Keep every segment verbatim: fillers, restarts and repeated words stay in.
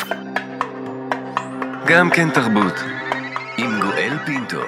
גם כן תרבות, עם גואל פינטו.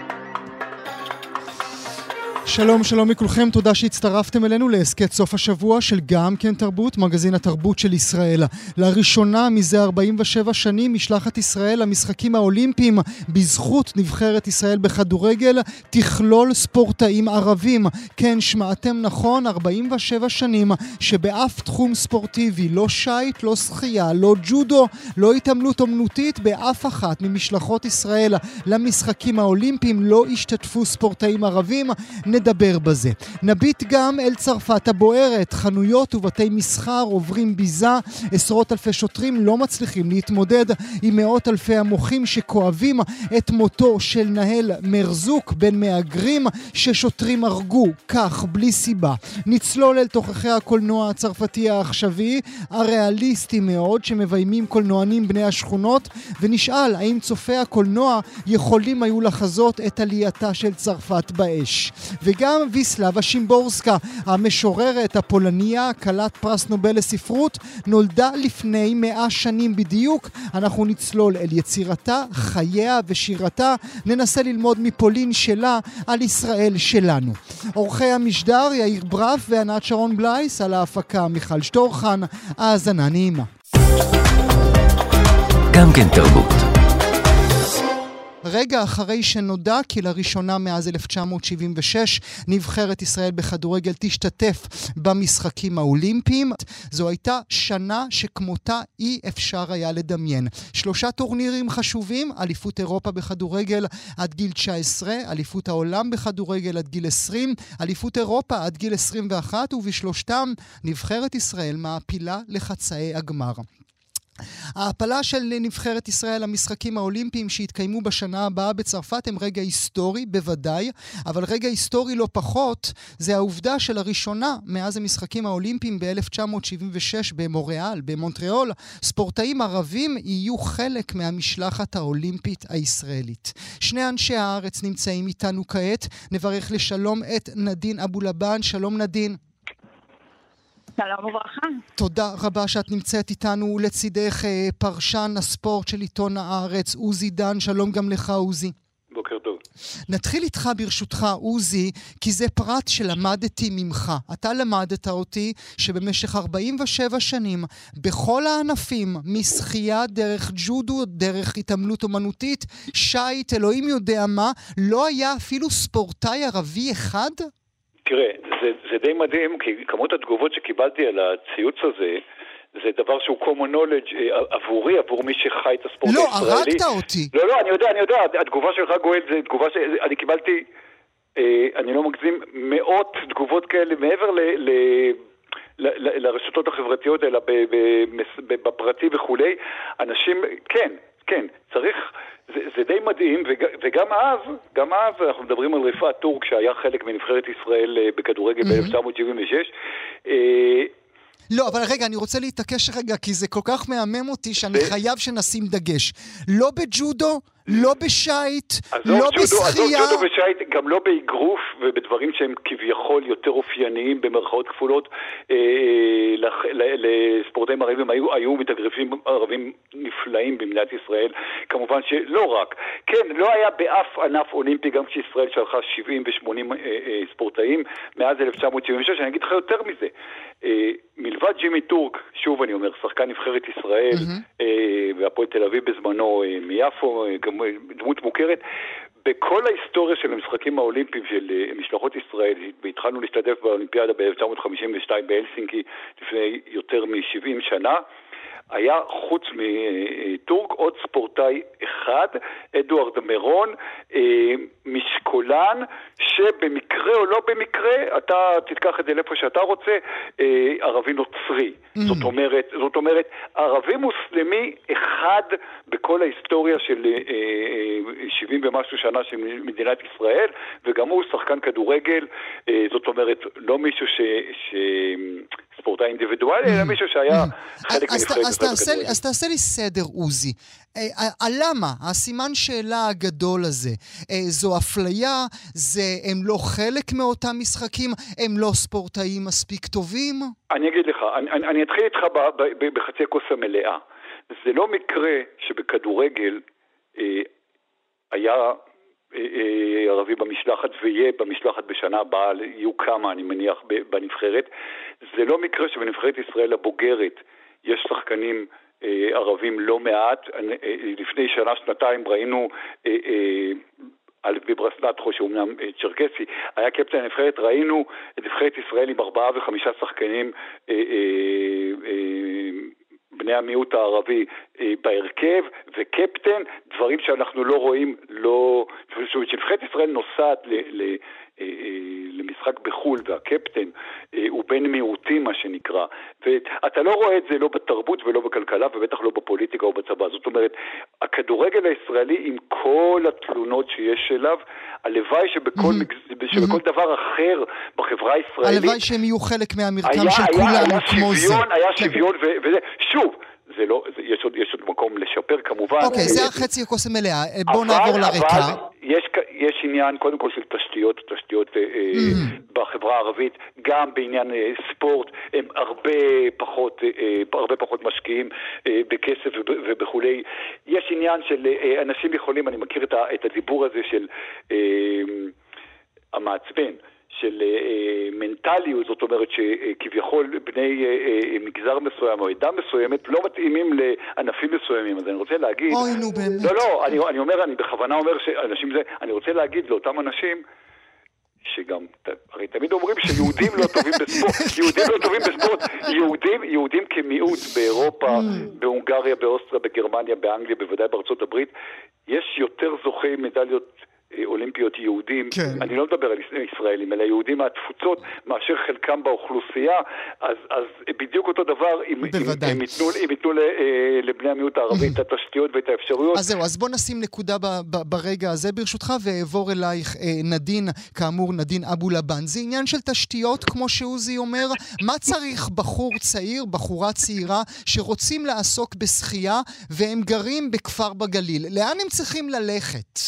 שלום, שלום לכולכם, תודה שהצטרפתם אלינו להסכת סוף השבוע של גם כן תרבות, מגזין התרבות של ישראל. לראשונה מזה ארבעים ושבע שנים משלחת ישראל למשחקים האולימפיים בזכות נבחרת ישראל בכדורגל תכלול ספורטאים ערבים. כן, שמעתם נכון, ארבעים ושבע שנים שבאף תחום ספורטיבי, לא שייט, לא שחייה, לא ג'ודו, לא התעמלות אומנותית, באף אחת ממשלחות ישראל למשחקים האולימפיים לא השתתפו ספורטאים ערבים. נדבר בזה. נביט גם אל צרפת הבוערת. חנויות ובתי מסחר עוברים ביזה. עשרות אלפי שוטרים לא מצליחים להתמודד עם מאות אלפי המוחים שכואבים את מותו של נהל מרזוק בין מאגרים ששוטרים הרגו כך בלי סיבה. נצלול אל תוכחי הקולנוע הצרפתי העכשווי, הריאליסטי מאוד, שמביימים קולנוענים בני השכונות, ונשאל האם צופי הקולנוע יכולים היו לחזות את עלייתה של צרפת באש. וגם ויסלבה שימבורסקה, המשוררת הפולניה, כלת פרס נובל לספרות, נולדה לפני מאה שנים בדיוק. אנחנו נצלול אל יצירתה, חייה ושירתה, ננסה ללמוד מפולין שלה על ישראל שלנו. אורחי המשדר יאיר ברף וענת שרון בלייס, על ההפקה מיכל שטורחן. האזנה נעימה. גם כן תרבות. רגע אחרי שנודע כי לראשונה מאז אלף תשע מאות שבעים ושש נבחרת ישראל בכדורגל תשתתף במשחקים האולימפיים, זו הייתה שנה שכמותה אי אפשר היה לדמיין. שלושה טורנירים חשובים, אליפות אירופה בכדורגל עד גיל תשע עשרה, אליפות העולם בכדורגל עד גיל עשרים, אליפות אירופה עד גיל עשרים ואחת, ובשלושתם נבחרת ישראל מעפילה לחצאי הגמר. ההפלה של נבחרת ישראל למשחקים האולימפיים שהתקיימו בשנה הבאה בצרפת הם רגע היסטורי בוודאי, אבל רגע היסטורי לא פחות זה העובדה שלראשונה מאז המשחקים האולימפיים ב-אלף תשע מאות שבעים ושש במונטריאל, במונטריאול, ספורטאים ערבים יהיו חלק מהמשלחת האולימפית הישראלית. שני אנשי הארץ נמצאים איתנו כעת. נברך לשלום את נדין אבו לבן. שלום נדין. שלום וברכה. תודה רבה שאת נמצאת איתנו, לצידך פרשן הספורט של עיתון הארץ, עוזי דן. שלום גם לך עוזי. בוקר טוב. נתחיל איתך ברשותך עוזי, כי זה פרט שלמדתי ממך. אתה למדת אותי שבמשך ארבעים ושבע שנים, בכל הענפים, משחייה דרך ג'ודו, דרך התעמלות אומנותית, שייט, אלוהים יודע מה, לא היה אפילו ספורטאי ערבי אחד? תראה, זה, זה די מדהים, כי כמות התגובות שקיבלתי על הציוץ הזה, זה דבר שהוא common knowledge עבורי, עבור מי שחי את הספורט לא, הישראלי. לא, הרגת אותי. לא, לא, אני יודע, אני יודע, התגובה שלך גואל, זה תגובה שאני קיבלתי, אה, אני לא מגזים, מאות תגובות כאלה, מעבר ל... ל ל לרשתות החברתיות, אלא בפרטי וכולי. אנשים, כן, כן, צריך... זה, זה די מדהים, וג, וגם אז, גם אז אנחנו מדברים על רפאעת טורק שהיה חלק מנבחרת ישראל בכדורגל mm-hmm. ב-אלף תשע מאות שבעים ושש. אה, לא, אבל רגע, אני רוצה להתעקש רגע, כי זה כל כך מהמם אותי שאני ו... חייב שנשים דגש. לא בג'ודו, לא בשייט, לא בשחייה. עזוב ג'ודו ושייט, גם לא באגרוף ובדברים שהם כביכול יותר אופייניים במרכאות כפולות אה, לספורטאים ערבים. היו, היו מתאגרפים ערבים נפלאים במדינת ישראל, כמובן שלא רק. כן, לא היה באף ענף אולימפי, גם כשישראל שלחה שבעים ושמונים אה, אה, ספורטאים מאז אלף תשע מאות שבעים ושש. אני אגיד לך יותר מזה. אה, מלבד ג'ימי טורק, שוב אני אומר, שחקן נבחרת ישראל, mm-hmm. אה, והפועל תל אביב בזמנו אה, מיפו, אה, גם דמות מוכרת, בכל ההיסטוריה של המשחקים האולימפיים של אה, משלחות ישראל, והתחלנו להשתתף באולימפיאדה ב-אלף תשע מאות חמישים ושתיים בהלסינקי לפני יותר מ-שבעים שנה, היה חוץ מטורק עוד ספורטאי אחד, אדוארד מירון, משקולן, שבמקרה או לא במקרה, אתה תתקח את זה לאיפה שאתה רוצה, ערבי נוצרי. Mm. זאת אומרת, זאת אומרת, ערבי מוסלמי אחד בכל ההיסטוריה של שבעים ומשהו שנה של מדינת ישראל, וגם הוא שחקן כדורגל, זאת אומרת, לא מישהו ש... ש... ספורטאי אינדיבידואלי, אלא מישהו שהיה חלק מנבחרת ישראל. אז תעשה, אז תעשה לי סדר, עוזי. למה? הסימן שאלה הגדול הזה. זו אפליה, זה, הם לא חלק מאותם משחקים, הם לא ספורטאים מספיק טובים? אני אגיד לך, אני, אני, אני אתחיל איתך ב, ב, ב, בחצי הכוס המלאה. זה לא מקרה שבכדורגל אה, היה אה, אה, ערבי במשלחת ויהיה במשלחת בשנה הבאה, יהיו כמה אני מניח בנבחרת. זה לא מקרה שבנבחרת ישראל הבוגרת יש שחקנים אה, ערבים לא מעט. אה, לפני שנה, שנתיים ראינו אה, אה, על בברסלטחו שאומנם צ'רקסי היה קפטן הנבחרת, ראינו את נבחרת ישראל עם ארבעה וחמישה שחקנים אה, אה, אה, בני המיעוט הערבי אה, בהרכב וקפטן, דברים שאנחנו לא רואים, לא, שנבחרת ישראל נוסעת ל, ל, אה, למשחק בחול והקפטן אה, הוא בן מיעוטים מה שנקרא, ואתה לא רואה את זה לא בתרבות ולא בכלכלה ובטח לא בפוליטיקה או בצבא. זאת אומרת, הכדורגל הישראלי עם כל התלונות שיש אליו, הלוואי שבכל, mm-hmm. שבכל mm-hmm. דבר אחר בחברה הישראלית הלוואי שהם יהיו חלק מהמרקם של כולנו כמו זה. היה שוויון וזה, שוב, זה לא, זה, יש, עוד, יש עוד מקום לשפר כמובן. אוקיי, זה החצי הכוס המלאה. בואו נעבור לרקע. אבל יש, יש עניין קודם כל של תשתיות, תשתיות mm-hmm. בחברה הערבית, גם בעניין ספורט, הם הרבה פחות, הרבה פחות משקיעים בכסף ובכולי. יש עניין של אנשים יכולים, אני מכיר את הדיבור הזה של המעצבן, של אה, מנטליות, זאת אומרת שכביכול בני אה, מגזר מסוים או עדה מסוימת לא מתאימים לענפים מסוימים. אז אני רוצה להגיד... אוי, נו באמת. לא, לא, אני, אני אומר, אני בכוונה אומר שאנשים זה... אני רוצה להגיד לאותם אנשים שגם, הרי תמיד אומרים שיהודים לא טובים בספורט, יהודים לא טובים בספורט, יהודים, יהודים כמיעוט באירופה, בהונגריה, באוסטריה, בגרמניה, באנגליה, בוודאי בארצות הברית, יש יותר זוכי מדליות אולימפיות יהודים, כן. אני לא מדבר על ישראלים, אלא יהודים מהתפוצות, מאשר חלקם באוכלוסייה, אז, אז בדיוק אותו דבר, אם, אם, אם ייתנו, אם ייתנו לבני המיעוט הערבי את התשתיות ואת האפשרויות. אז זהו, אז בוא נשים נקודה ב, ב, ברגע הזה ברשותך, ועבור אלייך נדין, כאמור נדין אבו לבן. זה עניין של תשתיות, כמו שעוזי אומר, מה צריך בחור צעיר, בחורה צעירה, שרוצים לעסוק בשחייה, והם גרים בכפר בגליל? לאן הם צריכים ללכת?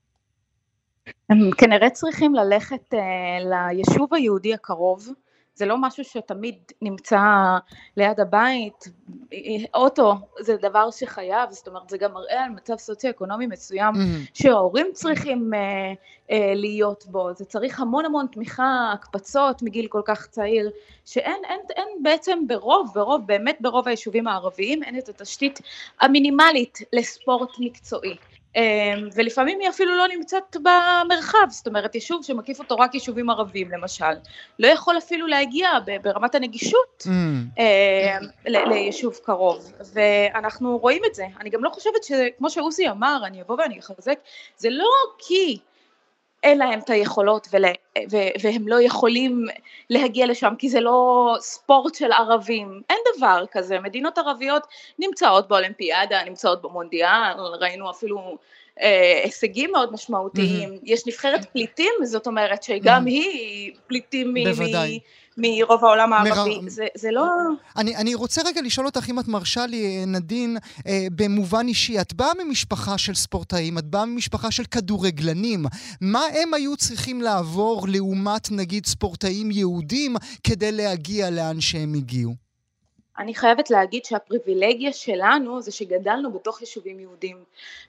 הם כנראה צריכים ללכת uh, ליישוב היהודי הקרוב, זה לא משהו שתמיד נמצא ליד הבית, אוטו זה דבר שחייב, זאת אומרת זה גם מראה על מצב סוציו-אקונומי מסוים mm-hmm. שההורים צריכים uh, uh, להיות בו, זה צריך המון המון תמיכה, הקפצות מגיל כל כך צעיר, שאין אין, אין בעצם ברוב, ברוב, באמת ברוב היישובים הערביים, אין את התשתית המינימלית לספורט מקצועי. ולפעמים היא אפילו לא נמצאת במרחב, זאת אומרת יישוב שמקיף אותו רק יישובים ערבים למשל, לא יכול אפילו להגיע ברמת הנגישות mm. ליישוב קרוב, ואנחנו רואים את זה. אני גם לא חושבת שכמו שעוזי אמר, אני אבוא ואני אחזק, זה לא כי אין להם את היכולות ולה, ו- והם לא יכולים להגיע לשם, כי זה לא ספורט של ערבים, אין דבר כזה, מדינות ערביות נמצאות באולימפיאדה, נמצאות במונדיאל, ראינו אפילו אה, הישגים מאוד משמעותיים, mm-hmm. יש נבחרת פליטים, זאת אומרת שגם mm-hmm. היא פליטים מ- מרוב העולם הערבי, מר... זה, זה לא... אני, אני רוצה רגע לשאול אותך אם את מרשה לי, נדין, אה, במובן אישי, את באה ממשפחה של ספורטאים, את באה ממשפחה של כדורגלנים, מה הם היו צריכים לעבור לעומת נגיד ספורטאים יהודים כדי להגיע לאן שהם הגיעו? אני חייבת להגיד שהפריבילגיה שלנו זה שגדלנו בתוך יישובים יהודים,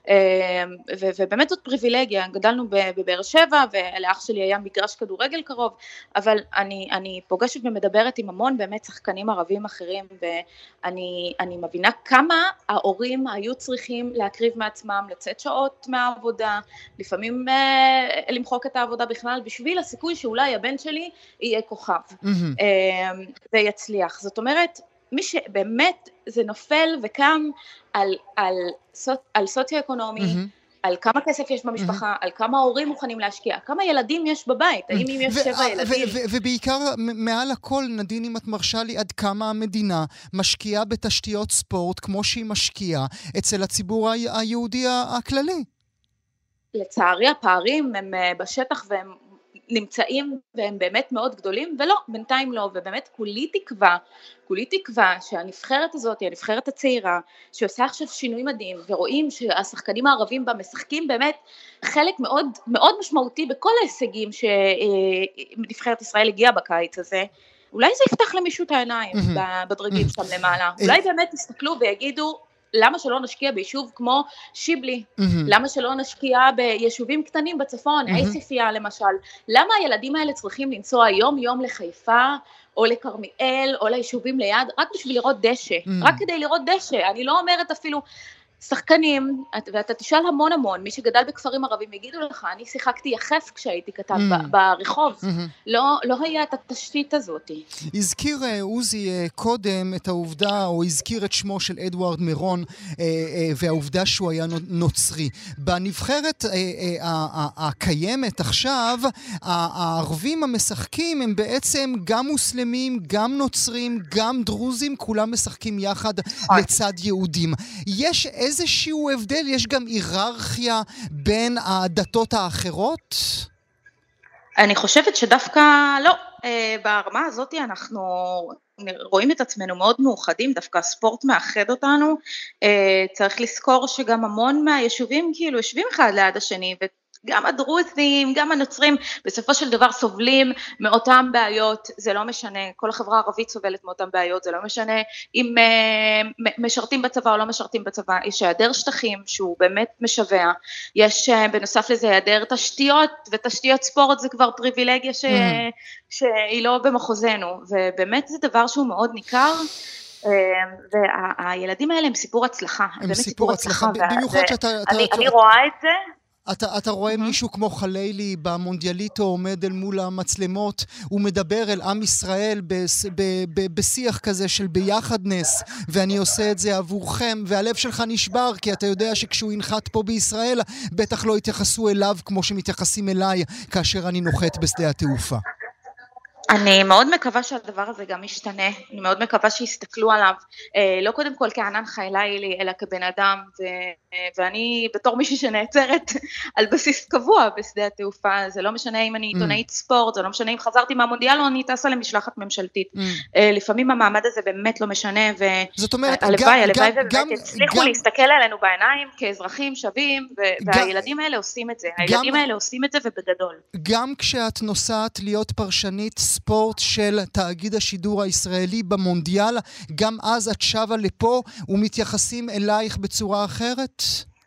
ובאמת זאת פריבילגיה, גדלנו בבאר שבע, ולאח שלי היה מגרש כדורגל קרוב, אבל אני, אני פוגשת ומדברת עם המון באמת שחקנים ערבים אחרים, ואני אני מבינה כמה ההורים היו צריכים להקריב מעצמם, לצאת שעות מהעבודה, לפעמים למחוק את העבודה בכלל, בשביל הסיכוי שאולי הבן שלי יהיה כוכב, ויצליח. זאת אומרת, מי שבאמת זה נופל וקם על, על, על סוציו-אקונומי, mm-hmm. על כמה כסף יש במשפחה, mm-hmm. על כמה הורים מוכנים להשקיע, כמה ילדים יש בבית, האם אם יש שבע ילדים. ובעיקר מעל הכל, נדין, אם את מרשה לי, עד כמה המדינה משקיעה בתשתיות ספורט, כמו שהיא משקיעה אצל הציבור היהודי הכללי. לצערי הפערים הם בשטח והם נמצאים והם באמת מאוד גדולים, ולא, בינתיים לא, ובאמת כולי תקווה, כולי תקווה שהנבחרת הזאת, הנבחרת הצעירה, שעושה עכשיו שינוי מדהים, ורואים שהשחקנים הערבים בה משחקים באמת חלק מאוד, מאוד משמעותי בכל ההישגים שנבחרת ישראל הגיעה בקיץ הזה, אולי זה יפתח למישהו את העיניים בדרגים שם למעלה, אולי באמת תסתכלו ויגידו, למה שלא נשקיע ביישוב כמו שיבלי? למה שלא נשקיע ביישובים קטנים בצפון, עסיפיה למשל? למה הילדים האלה צריכים לנסוע יום יום לחיפה, או לכרמיאל, או ליישובים ליד, רק בשביל לראות דשא, רק כדי לראות דשא? אני לא אומרת אפילו שחקנים, ואתה תשאל המון המון, מי שגדל בכפרים ערבים יגידו לך, אני שיחקתי יחף כשהייתי כתב ברחוב, לא היה את התשתית הזאת. הזכיר עוזי קודם את העובדה, או הזכיר את שמו של אדוארד מירון, והעובדה שהוא היה נוצרי. בנבחרת הקיימת עכשיו, הערבים המשחקים הם בעצם גם מוסלמים, גם נוצרים, גם דרוזים, כולם משחקים יחד לצד יהודים. יש איזשהו הבדל? יש גם היררכיה בין הדתות האחרות? אני חושבת שדווקא לא. ברמה הזאת אנחנו רואים את עצמנו מאוד מאוחדים, דווקא הספורט מאחד אותנו. צריך לזכור שגם המון מהיישובים כאילו יושבים אחד ליד השני, ו... גם הדרוזים, גם הנוצרים, בסופו של דבר סובלים מאותם בעיות, זה לא משנה, כל החברה הערבית סובלת מאותם בעיות, זה לא משנה אם uh, משרתים בצבא או לא משרתים בצבא, יש היעדר שטחים שהוא באמת משווה, יש uh, בנוסף לזה היעדר תשתיות, ותשתיות ספורט זה כבר פריבילגיה ש... mm-hmm. שהיא לא במחוזנו, ובאמת זה דבר שהוא מאוד ניכר, והילדים האלה הם סיפור הצלחה, הם סיפור הצלחה, במיוחד שאתה... אני רואה את זה, אתה, אתה רואה mm-hmm. מישהו כמו חלילי במונדיאליטו עומד אל מול המצלמות, הוא מדבר אל עם ישראל בס, ב, ב, בשיח כזה של ביחדנס, ואני עושה את זה עבורכם, והלב שלך נשבר, כי אתה יודע שכשהוא ינחת פה בישראל, בטח לא יתייחסו אליו כמו שמתייחסים אליי, כאשר אני נוחת בשדה התעופה. אני מאוד מקווה שהדבר הזה גם ישתנה, אני מאוד מקווה שיסתכלו עליו, לא קודם כל כענן חיילי, אלא כבן אדם, ואני בתור מישהי שנעצרת על בסיס קבוע בשדה התעופה, זה לא משנה אם אני עיתונאית ספורט, זה לא משנה אם חזרתי מהמונדיאל או אני טסה למשלחת ממשלתית, לפעמים המעמד הזה באמת לא משנה, והלוואי, הלוואי ובאמת הצליחו להסתכל עלינו בעיניים כאזרחים שווים, והילדים האלה עושים את זה, הילדים האלה עושים את זה ובגדול. גם כשאת נוסעת להיות פרשנית ספורט של תאגיד השידור הישראלי במונדיאל, גם אז את שווה לפה ומתייחסים אלייך בצורה אחרת?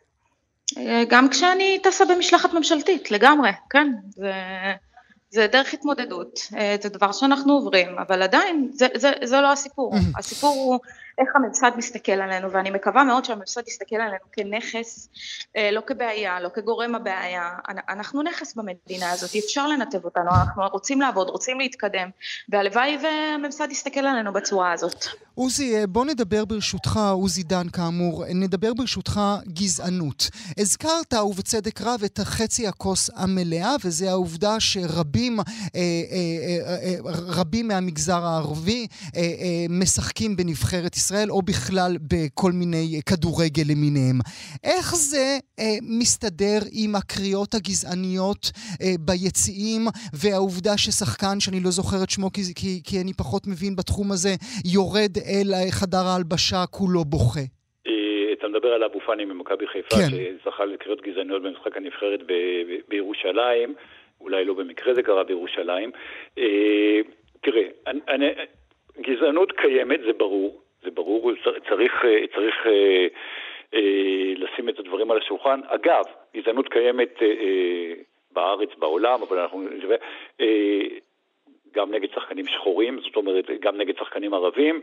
גם כשאני טסה במשלחת ממשלתית, לגמרי, כן, זה, זה דרך התמודדות, זה דבר שאנחנו עוברים, אבל עדיין זה, זה, זה לא הסיפור, הסיפור הוא איך הממסד מסתכל עלינו, ואני מקווה מאוד שהממסד יסתכל עלינו כנכס, לא כבעיה, לא כגורם הבעיה, אנחנו נכס במדינה הזאת, אפשר לנתב אותנו, אנחנו רוצים לעבוד, רוצים להתקדם, והלוואי והממסד יסתכל עלינו בצורה הזאת. עוזי, בוא נדבר ברשותך, עוזי דן כאמור, נדבר ברשותך גזענות. הזכרת ובצדק רב את חצי הכוס המלאה, וזה העובדה שרבים אה, אה, אה, רבים מהמגזר הערבי אה, אה, משחקים בנבחרת ישראל, או בכלל בכל מיני כדורגל למיניהם. איך זה אה, מסתדר עם הקריאות הגזעניות אה, ביציעים, והעובדה ששחקן, שאני לא זוכר את שמו כי, כי, כי אני פחות מבין בתחום הזה, יורד אל חדר ההלבשה כולו בוכה? אתה מדבר על אבו פאני ממכבי חיפה, כן. שזכה לקריאות גזעניות במשחק הנבחרת ב- ב- בירושלים, אולי לא במקרה זה קרה בירושלים. אה, תראה, אני, אני, גזענות קיימת, זה ברור, זה ברור, צריך, צריך אה, אה, לשים את הדברים על השולחן. אגב, גזענות קיימת אה, אה, בארץ, בעולם, אבל אנחנו... אה, גם נגד שחקנים שחורים, זאת אומרת, גם נגד שחקנים ערבים.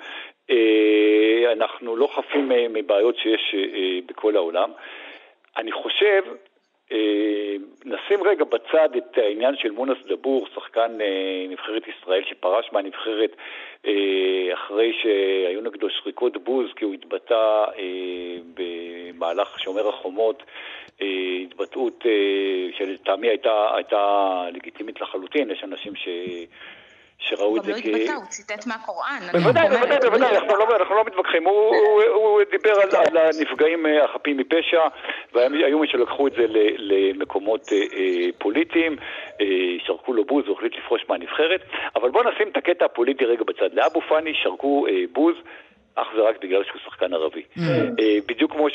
אנחנו לא חפים מבעיות שיש בכל העולם. אני חושב, נשים רגע בצד את העניין של מונס דבור, שחקן נבחרת ישראל שפרש מהנבחרת אחרי שהיו נגדו שריקות בוז, כי הוא התבטא במהלך שומר החומות, התבטאות שלטעמי הייתה, הייתה לגיטימית לחלוטין. יש אנשים ש... שראו את זה כ... הוא גם לא התבטא, הוא ציטט מהקוראן. בוודאי, בוודאי, בוודאי, אנחנו לא מתווכחים. הוא דיבר על הנפגעים החפים מפשע, והיו מי שלקחו את זה למקומות פוליטיים, שרקו לו בוז, הוא החליט לפרוש מהנבחרת, אבל בואו נשים את הקטע הפוליטי רגע בצד. לאבו פאני שרקו בוז, אך זה רק בגלל שהוא שחקן ערבי. בדיוק כמו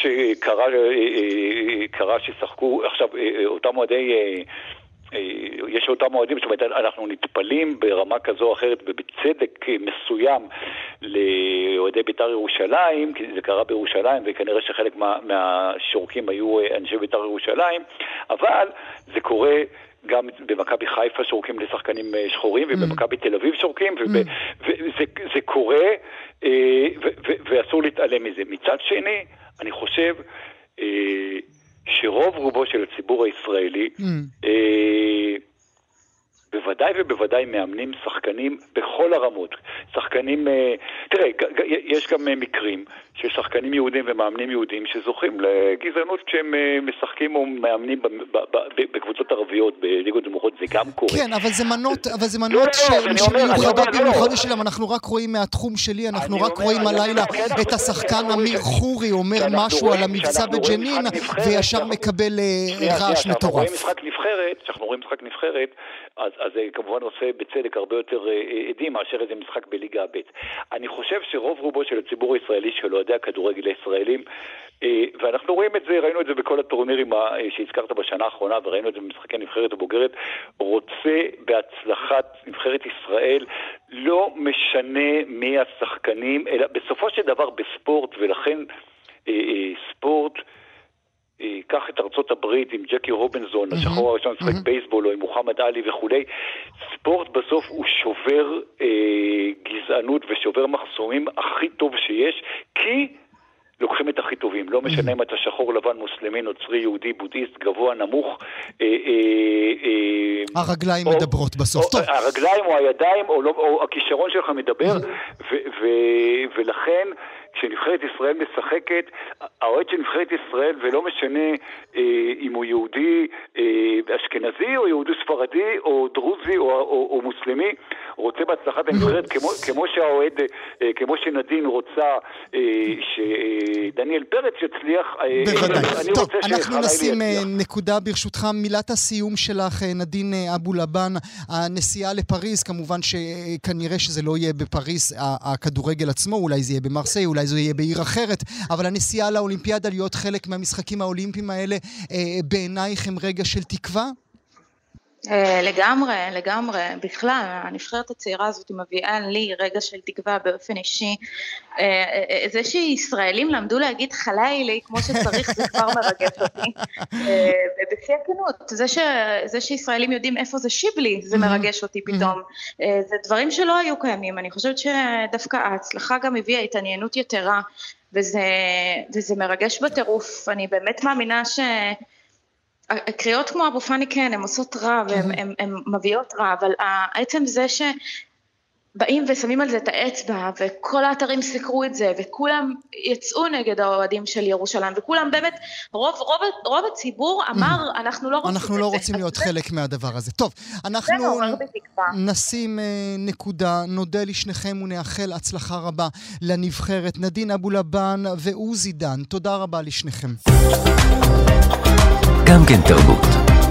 שקרה ששחקו, עכשיו, אותם מועדי... יש אותם מועדים, זאת אומרת, אנחנו נטפלים ברמה כזו או אחרת ובצדק מסוים לאוהדי בית"ר ירושלים, כי זה קרה בירושלים וכנראה שחלק מה, מהשורקים היו אנשי בית"ר ירושלים, אבל זה קורה גם במכבי חיפה שורקים לשחקנים שחורים, ובמכבי תל אביב שורקים, וזה קורה, ואסור להתעלם מזה. מצד שני, אני חושב שרוב רובו של הציבור הישראלי בוודאי ובוודאי מאמנים שחקנים בכל הרמות. שחקנים, תראה, יש גם מקרים של שחקנים יהודים ומאמנים יהודים שזוכים לגזענות כשהם משחקים או מאמנים בקבוצות ערביות, בליגות נמוכות, זה גם קורה. כן, אבל זה מנות, אבל זה מנות שמיוחדות במיוחד שלהם, אנחנו רק רואים מהתחום שלי, אנחנו רק רואים הלילה את השחקן אמיר חורי אומר משהו על המבצע בג'נין, וישר מקבל רעש מטורף. כשאנחנו רואים משחק נבחרת, אז, אז זה כמובן עושה בצדק הרבה יותר עדים מאשר איזה משחק בליגה ב'. אני חושב שרוב רובו של הציבור הישראלי שלא יודע כדורגל הישראלים, ואנחנו רואים את זה, ראינו את זה בכל הטורנירים שהזכרת בשנה האחרונה, וראינו את זה במשחקי נבחרת הבוגרת, רוצה בהצלחת נבחרת ישראל, לא משנה מי השחקנים, אלא בסופו של דבר בספורט, ולכן ספורט, קח את ארצות הברית עם ג'קי רובינזון, השחור הראשון משחק בייסבול, או עם מוחמד עלי וכולי. ספורט בסוף הוא שובר גזענות ושובר מחסומים הכי טוב שיש, כי לוקחים את הכי טובים. לא משנה אם אתה שחור, לבן, מוסלמי, נוצרי, יהודי, בודהיסט, גבוה, נמוך. הרגליים מדברות בסוף. הרגליים או הידיים או הכישרון שלך מדבר, ולכן כשנבחרת ישראל משחקת, האוהד של נבחרת ישראל, ולא משנה אה, אם הוא יהודי אה, אשכנזי, או יהודי ספרדי, או דרוזי, או, או, או מוסלמי, רוצה בהצלחת הנבחרת, כמו, כמו שהאוהד, אה, כמו שנדין רוצה אה, שדניאל פרץ יצליח. אה, בוודאי. טוב, אנחנו נשים אה, נקודה ברשותך, מילת הסיום שלך, אה, נדין אה, אבו לבן, הנסיעה לפריז, כמובן שכנראה שזה לא יהיה בפריז הכדורגל עצמו, אולי זה יהיה במרסיי, אולי זה יהיה בעיר אחרת, אבל הנסיעה לאולימפיאדה להיות חלק מהמשחקים האולימפיים האלה, בעינייך הם רגע של תקווה? לגמרי, לגמרי. בכלל, הנבחרת הצעירה הזאת מביאה לי רגע של תקווה באופן אישי. זה שישראלים למדו להגיד חלילי כמו שצריך, זה כבר מרגש אותי. ובשיא הכנות, זה שישראלים יודעים איפה זה שיבלי, זה מרגש אותי פתאום. זה דברים שלא היו קיימים. אני חושבת שדווקא ההצלחה גם הביאה התעניינות יתרה, וזה, וזה מרגש בטירוף. אני באמת מאמינה ש... הקריאות כמו אבו פאני כן, הן עושות רע, והן מביאות רע, אבל העצם זה שבאים ושמים על זה את האצבע, וכל האתרים סקרו את זה, וכולם יצאו נגד האוהדים של ירושלים, וכולם באמת, רוב, רוב, רוב הציבור אמר, אנחנו לא רוצים את זה. אנחנו לא רוצים להיות חלק מהדבר הזה. טוב, אנחנו נשים נקודה, נודה לשניכם ונאחל הצלחה רבה לנבחרת. נדין אבו לבן ועוזי דן, תודה רבה לשניכם. גם כן תרבות.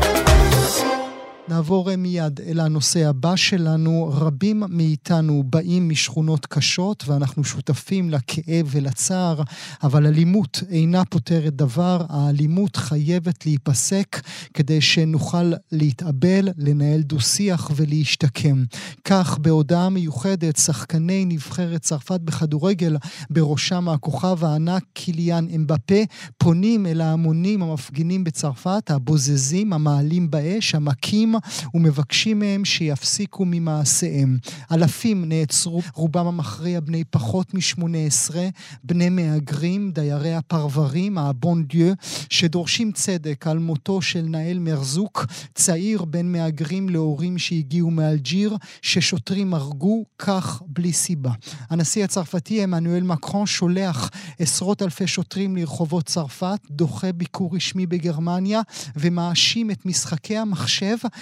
נעבור מיד אל הנושא הבא שלנו. רבים מאיתנו באים משכונות קשות ואנחנו שותפים לכאב ולצער, אבל אלימות אינה פותרת דבר. האלימות חייבת להיפסק כדי שנוכל להתאבל, לנהל דו-שיח ולהשתקם. כך בהודעה מיוחדת שחקני נבחרת צרפת בכדורגל, בראשם הכוכב הענק קיליאן אמבפה, פונים אל ההמונים המפגינים בצרפת, הבוזזים, המעלים באש, המכים, ומבקשים מהם שיפסיקו ממעשיהם. אלפים נעצרו, רובם המכריע בני פחות משמונה עשרה, בני מהגרים, דיירי הפרברים, הבון דיו, שדורשים צדק על מותו של נאל מרזוק, צעיר בן מהגרים להורים שהגיעו מאלג'יר, ששוטרים הרגו כך בלי סיבה. הנשיא הצרפתי אמנואל מקרון שולח עשרות אלפי שוטרים לרחובות צרפת, דוחה ביקור רשמי בגרמניה, ומאשים את משחקי המחשב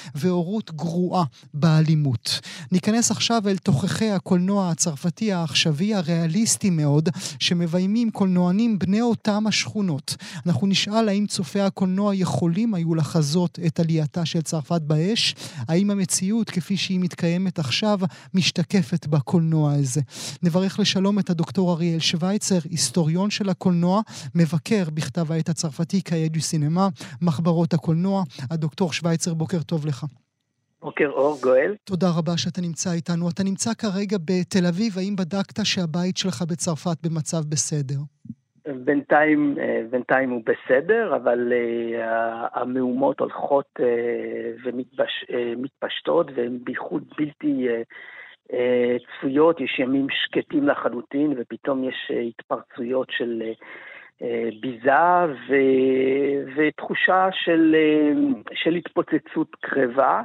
והורות גרועה באלימות. ניכנס עכשיו אל תוכחי הקולנוע הצרפתי העכשווי הריאליסטי מאוד, שמביימים קולנוענים בני אותם השכונות. אנחנו נשאל האם צופי הקולנוע יכולים היו לחזות את עלייתה של צרפת באש, האם המציאות כפי שהיא מתקיימת עכשיו משתקפת בקולנוע הזה. נברך לשלום את הדוקטור אריאל שוויצר, היסטוריון של הקולנוע, מבקר בכתב העת הצרפתי קאיה דו סינמה, מחברות הקולנוע. הדוקטור שוויצר, בוקר טוב לך. בוקר אור, גואל. תודה רבה שאתה נמצא איתנו. אתה נמצא כרגע בתל אביב, האם בדקת שהבית שלך בצרפת במצב בסדר? בינתיים, בינתיים הוא בסדר, אבל uh, המהומות הולכות uh, ומתפשטות, והן בייחוד בלתי uh, uh, צפויות. יש ימים שקטים לחלוטין, ופתאום יש uh, התפרצויות של uh, ביזה ו, ותחושה של, uh, של התפוצצות קרבה,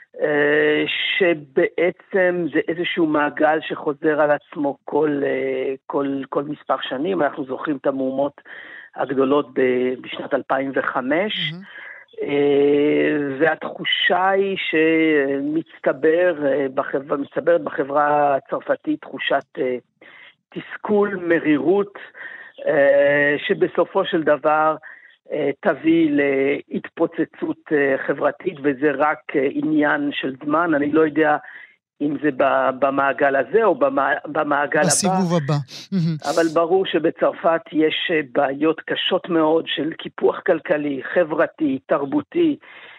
שבעצם זה איזשהו מעגל שחוזר על עצמו כל, כל, כל מספר שנים. אנחנו זוכרים את המהומות הגדולות בשנת אלפיים וחמש, mm-hmm. והתחושה היא שמצטבר בחברה, מצטברת בחברה הצרפתית תחושת תסכול, מרירות, שבסופו של דבר תביא להתפוצצות חברתית, וזה רק עניין של זמן. אני לא יודע אם זה במעגל הזה או במעגל הבא. בסיבוב הבא. אבל ברור שבצרפת יש בעיות קשות מאוד של קיפוח כלכלי, חברתי, תרבותי,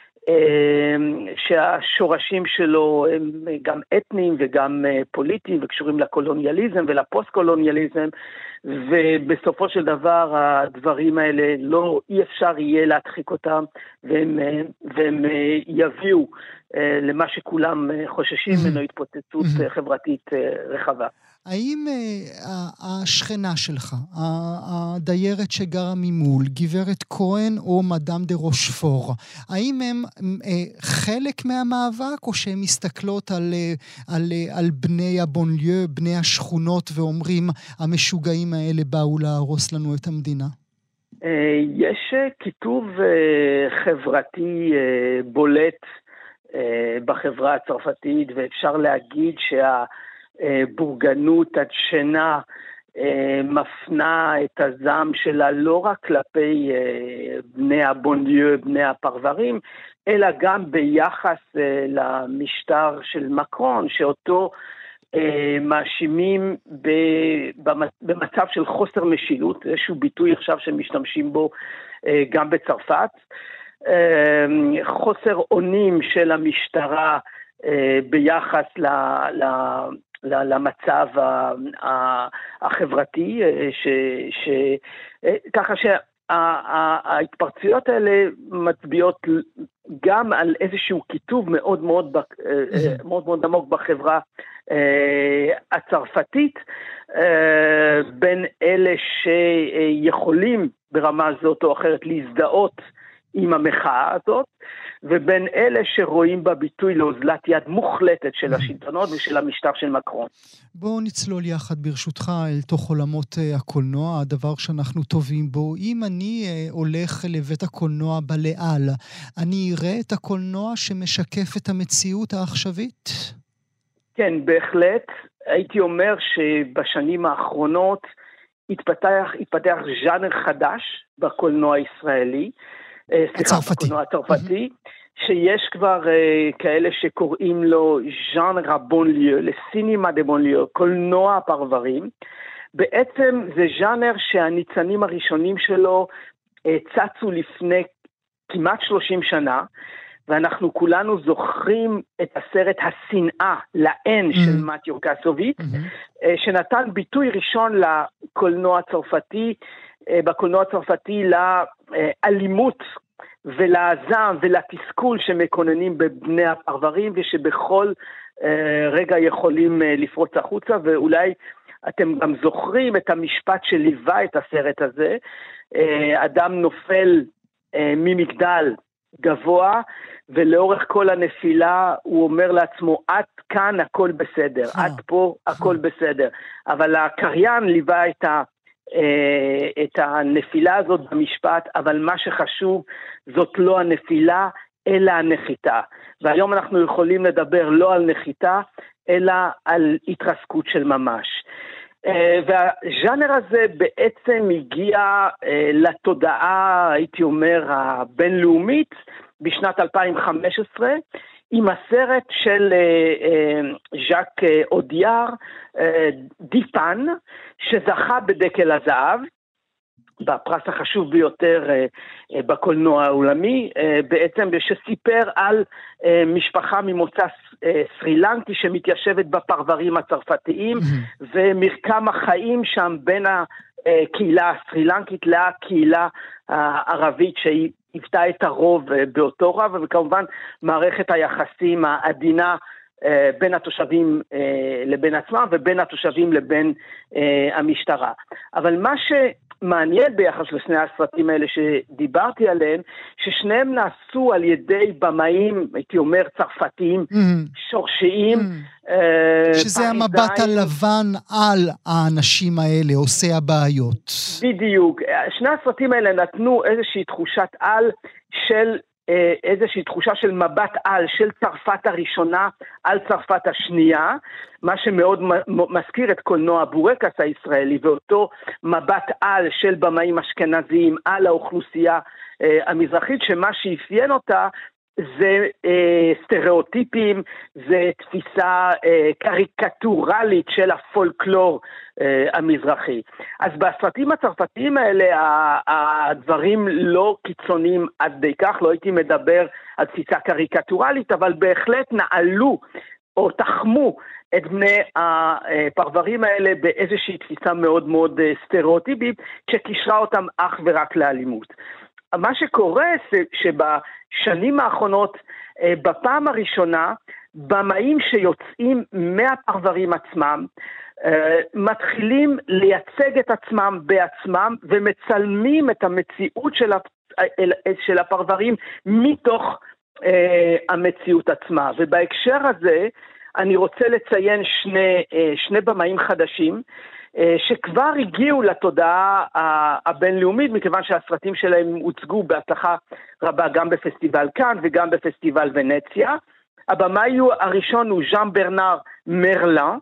שהשורשים שלו הם גם אתניים וגם פוליטיים וקשורים לקולוניאליזם ולפוסט-קולוניאליזם, ובסופו של דבר הדברים האלה לא אי אפשר יהיה להדחיק אותם, והם, והם יביאו למה שכולם חוששים ממנו, התפוצצות חברתית רחבה. האם השכנה שלך, הדיירת שגרה ממול, גברת כהן או מדאם דה רושפור, האם הם חלק מהמאבק, או שהן מסתכלות על, על, על בני הבונליו, בני השכונות, ואומרים, המשוגעים האלה באו להרוס לנו את המדינה? יש כיתוב חברתי בולט בחברה הצרפתית, ואפשר להגיד שה... בורגנות הדשנה מפנה את הזעם שלה לא רק כלפי בני הבונליו, בני הפרברים, אלא גם ביחס למשטר של מקרון, שאותו מאשימים במצב של חוסר משילות, איזשהו ביטוי עכשיו שמשתמשים בו גם בצרפת, חוסר אונים של המשטרה ביחס ל... למצב החברתי, ש, ש, ככה שההתפרצויות האלה מצביעות גם על איזשהו כיתוב מאוד מאוד, מאוד, מאוד עמוק בחברה הצרפתית, בין אלה שיכולים ברמה זאת או אחרת להזדהות עם המחאה הזאת, ובין אלה שרואים בביטוי להוזלת יד מוחלטת של השלטונות ושל המשטר של מקרון. בואו נצלול יחד ברשותך אל תוך עולמות הקולנוע, הדבר שאנחנו טובים בו. אם אני הולך לבית הקולנוע בלעל, אני אראה את הקולנוע שמשקף את המציאות העכשווית? כן, בהחלט. הייתי אומר שבשנים האחרונות התפתח, התפתח ז'אנר חדש בקולנוע הישראלי, סליחה, בקולנוע הצרפתי, שיש כבר uh, כאלה שקוראים לו ז'אנר הבונליו, לסינימה דה בונליו, קולנוע הפרברים. בעצם זה ז'אנר שהניצנים הראשונים שלו uh, צצו לפני כמעט שלושים שנה, ואנחנו כולנו זוכרים את הסרט השנאה לאין mm-hmm. של מתיו קסוביץ, mm-hmm. uh, שנתן ביטוי ראשון לקולנוע הצרפתי, בקולנוע הצרפתי לאלימות ולזעם ולתסכול שמקוננים בבני הפרברים, ושבכל רגע יכולים לפרוץ החוצה. ואולי אתם גם זוכרים את המשפט שליווה את הסרט הזה, אדם נופל ממגדל גבוה, ולאורך כל הנפילה הוא אומר לעצמו, עד כאן הכל בסדר, עד פה הכל בסדר. אבל הקריין ליווה את ה את הנפילה הזאת במשפט, אבל מה שחשוב זאת לא הנפילה, אלא הנחיתה. והיום אנחנו יכולים לדבר לא על נחיתה, אלא על התרסקות של ממש. והז'אנר הזה בעצם הגיע לתודעה, הייתי אומר, הבינלאומית, בשנת אלפיים וחמש עשרה, עם הסרט של ז'אק אודיאר, דיפן, שזכה בדקל הזהב, בפרס החשוב ביותר בקולנוע העולמי, בעצם שסיפר על משפחה ממוצא סרילנקי שמתיישבת בפרברים הצרפתיים, ומרקם החיים שם בין הקהילה הסרילנקית לקהילה הערבית שהיא היוותה את הרוב באותו רב, וכמובן מערכת היחסים העדינה בין התושבים לבין עצמם ובין התושבים לבין המשטרה. אבל מה שמעניין ביחס לשני הסרטים האלה שדיברתי עליהם, ששניהם נעשו על ידי במאים, הייתי אומר צרפתיים, mm-hmm. שורשיים. Mm-hmm. שזה פריזיים. המבט הלבן על האנשים האלה, עושה הבעיות. בדיוק. שני הסרטים האלה נתנו איזושהי תחושת על של איזושהי תחושה של מבט על, של צרפת הראשונה על צרפת השנייה, מה שמאוד מזכיר את קולנוע בורקס הישראלי, ואותו מבט על של במאים אשכנזיים על האוכלוסייה המזרחית, שמה שאפיין אותה זה אה, סטריאוטיפים, זה תפיסה אה, קריקטורלית של הפולקלור אה, המזרחי. אז בסרטים הצרפתיים האלה הדברים לא קיצוניים עד די כך, לא הייתי מדבר על תפיסה קריקטורלית, אבל בהחלט נעלו או תחמו את בני הפרברים האלה באיזושהי תפיסה מאוד מאוד סטריאוטיפית, שקישרה אותם אך ורק לאלימות. מה שקורה שבשנים האחרונות, בפעם הראשונה, במאים שיוצאים מהפרברים עצמם, מתחילים לייצג את עצמם בעצמם, ומצלמים את המציאות של, של הפרברים מתוך המציאות עצמה. ובהקשר הזה, אני רוצה לציין שני, שני במאים חדשים, שכבר הגיעו לתודעה הבינלאומית, מכיוון שהסרטים שלהם הוצגו בהצלחה רבה גם בפסטיבל קאן וגם בפסטיבל ונציה. הבמאי הראשון הוא ז'אן ברנר מרלן,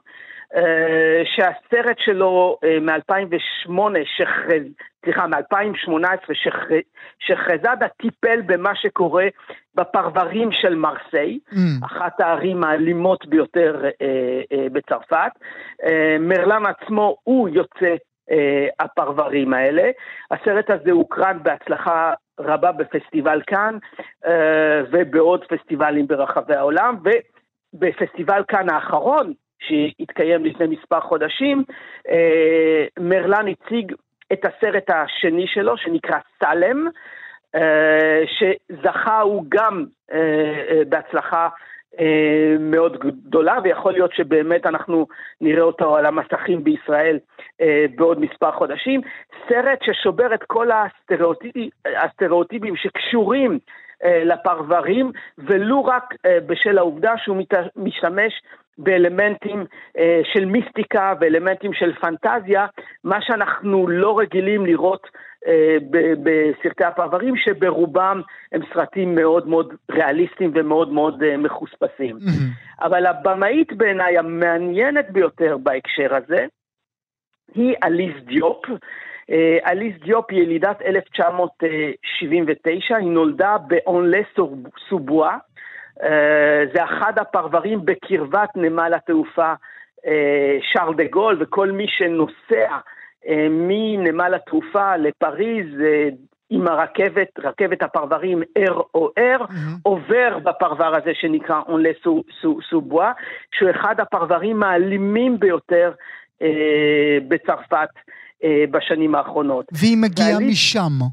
שהסרט שלו מ-אלפיים ושמונה, שחרז, סליחה, מ-אלפיים ושמונה עשרה, שחרזדה טיפל במה שקורה בפרברים של מרסיי, mm. אחת הערים האלימות ביותר אה, אה, בצרפת. אה, מרלן עצמו הוא יוצא אה, הפרברים האלה. הסרט הזה הוקרן בהצלחה רבה בפסטיבל קאן, אה, ובעוד פסטיבלים ברחבי העולם, ובפסטיבל קאן האחרון, שהתקיים לפני מספר חודשים, אה, מרלן הציג את הסרט השני שלו, שנקרא סלם, אה, שזכה הוא גם אה, אה, בהצלחה אה, מאוד גדולה, ויכול להיות שבאמת אנחנו נראה אותו על המסכים בישראל אה, בעוד מספר חודשים. סרט ששובר את כל הסטריאוטיפים, הסטריאוטיפים שקשורים אה, לפרברים, ולא רק אה, בשל העובדה שהוא מת, משתמש באלמנטים אה, של מיסטיקה ואלמנטים של פנטזיה, מה שאנחנו לא רגילים לראות אה, ב- בסרטי הפרברים, שברובם הם סרטים מאוד מאוד ריאליסטיים ומאוד מאוד אה, מחוספסים. Mm-hmm. אבל הבמאית בעיניי המעניינת ביותר בהקשר הזה, היא אליס דיופ. אה, אליס דיופ היא ילידת אלף תשע מאות שבעים ותשע, היא נולדה באונלה סובואה, Uh, זה אחד הפרברים בקרבת נמל התעופה uh, שרל דה גול, וכל מי שנוסע uh, מנמל התעופה לפריז uh, עם הרכבת, רכבת הפרברים אר או אר, mm-hmm. עובר בפרבר הזה שנקרא אונלה סו, סו, סובואה, שהוא אחד הפרברים האלימים ביותר uh, בצרפת uh, בשנים האחרונות. והיא מגיעה ואלי... משם.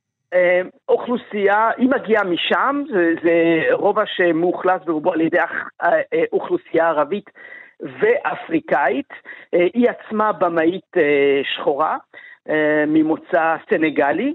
אוכלוסייה, היא מגיעה משם, זה, זה רובע שמאוכלס ברובו על ידי אוכלוסייה ערבית ואפריקאית. היא עצמה במאית שחורה, ממוצא סנגלי,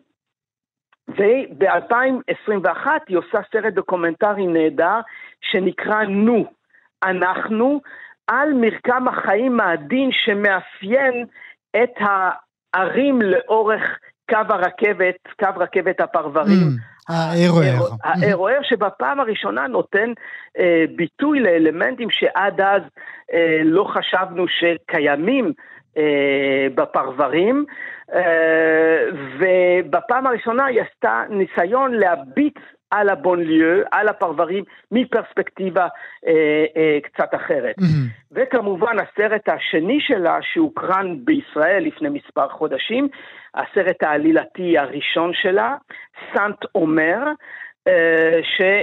וב-אלפיים עשרים ואחת היא עושה סרט דוקומנטרי נהדר, שנקרא נו, אנחנו, על מרקם החיים העדין שמאפיין את הערים לאורך קו הרכבת, קו רכבת הפרברים mm, הערוער. הערוער שבפעם הראשונה נותן אה, ביטוי לאלמנטים שעד אז אה, לא חשבנו שקיימים אה, בפרברים, אה, ובפעם הראשונה היא עשתה ניסיון להביט על הבונליו, על הפרברים, מפרספקטיבה אה, אה, קצת אחרת. Mm-hmm. וכמובן הסרט השני שלה שהוקרן בישראל לפני מספר חודשים, הסרט העלילתי הראשון שלה, סנט אומר, אה,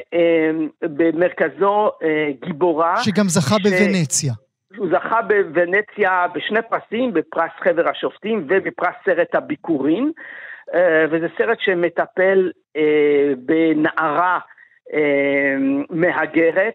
שבמרכזו אה, גיבורה. שגם זכה ש... בוונציה. הוא זכה בוונציה בשני פרסים, בפרס חבר השופטים ובפרס סרט הביקורים, וזה סרט שמטפל בנערה מהגרת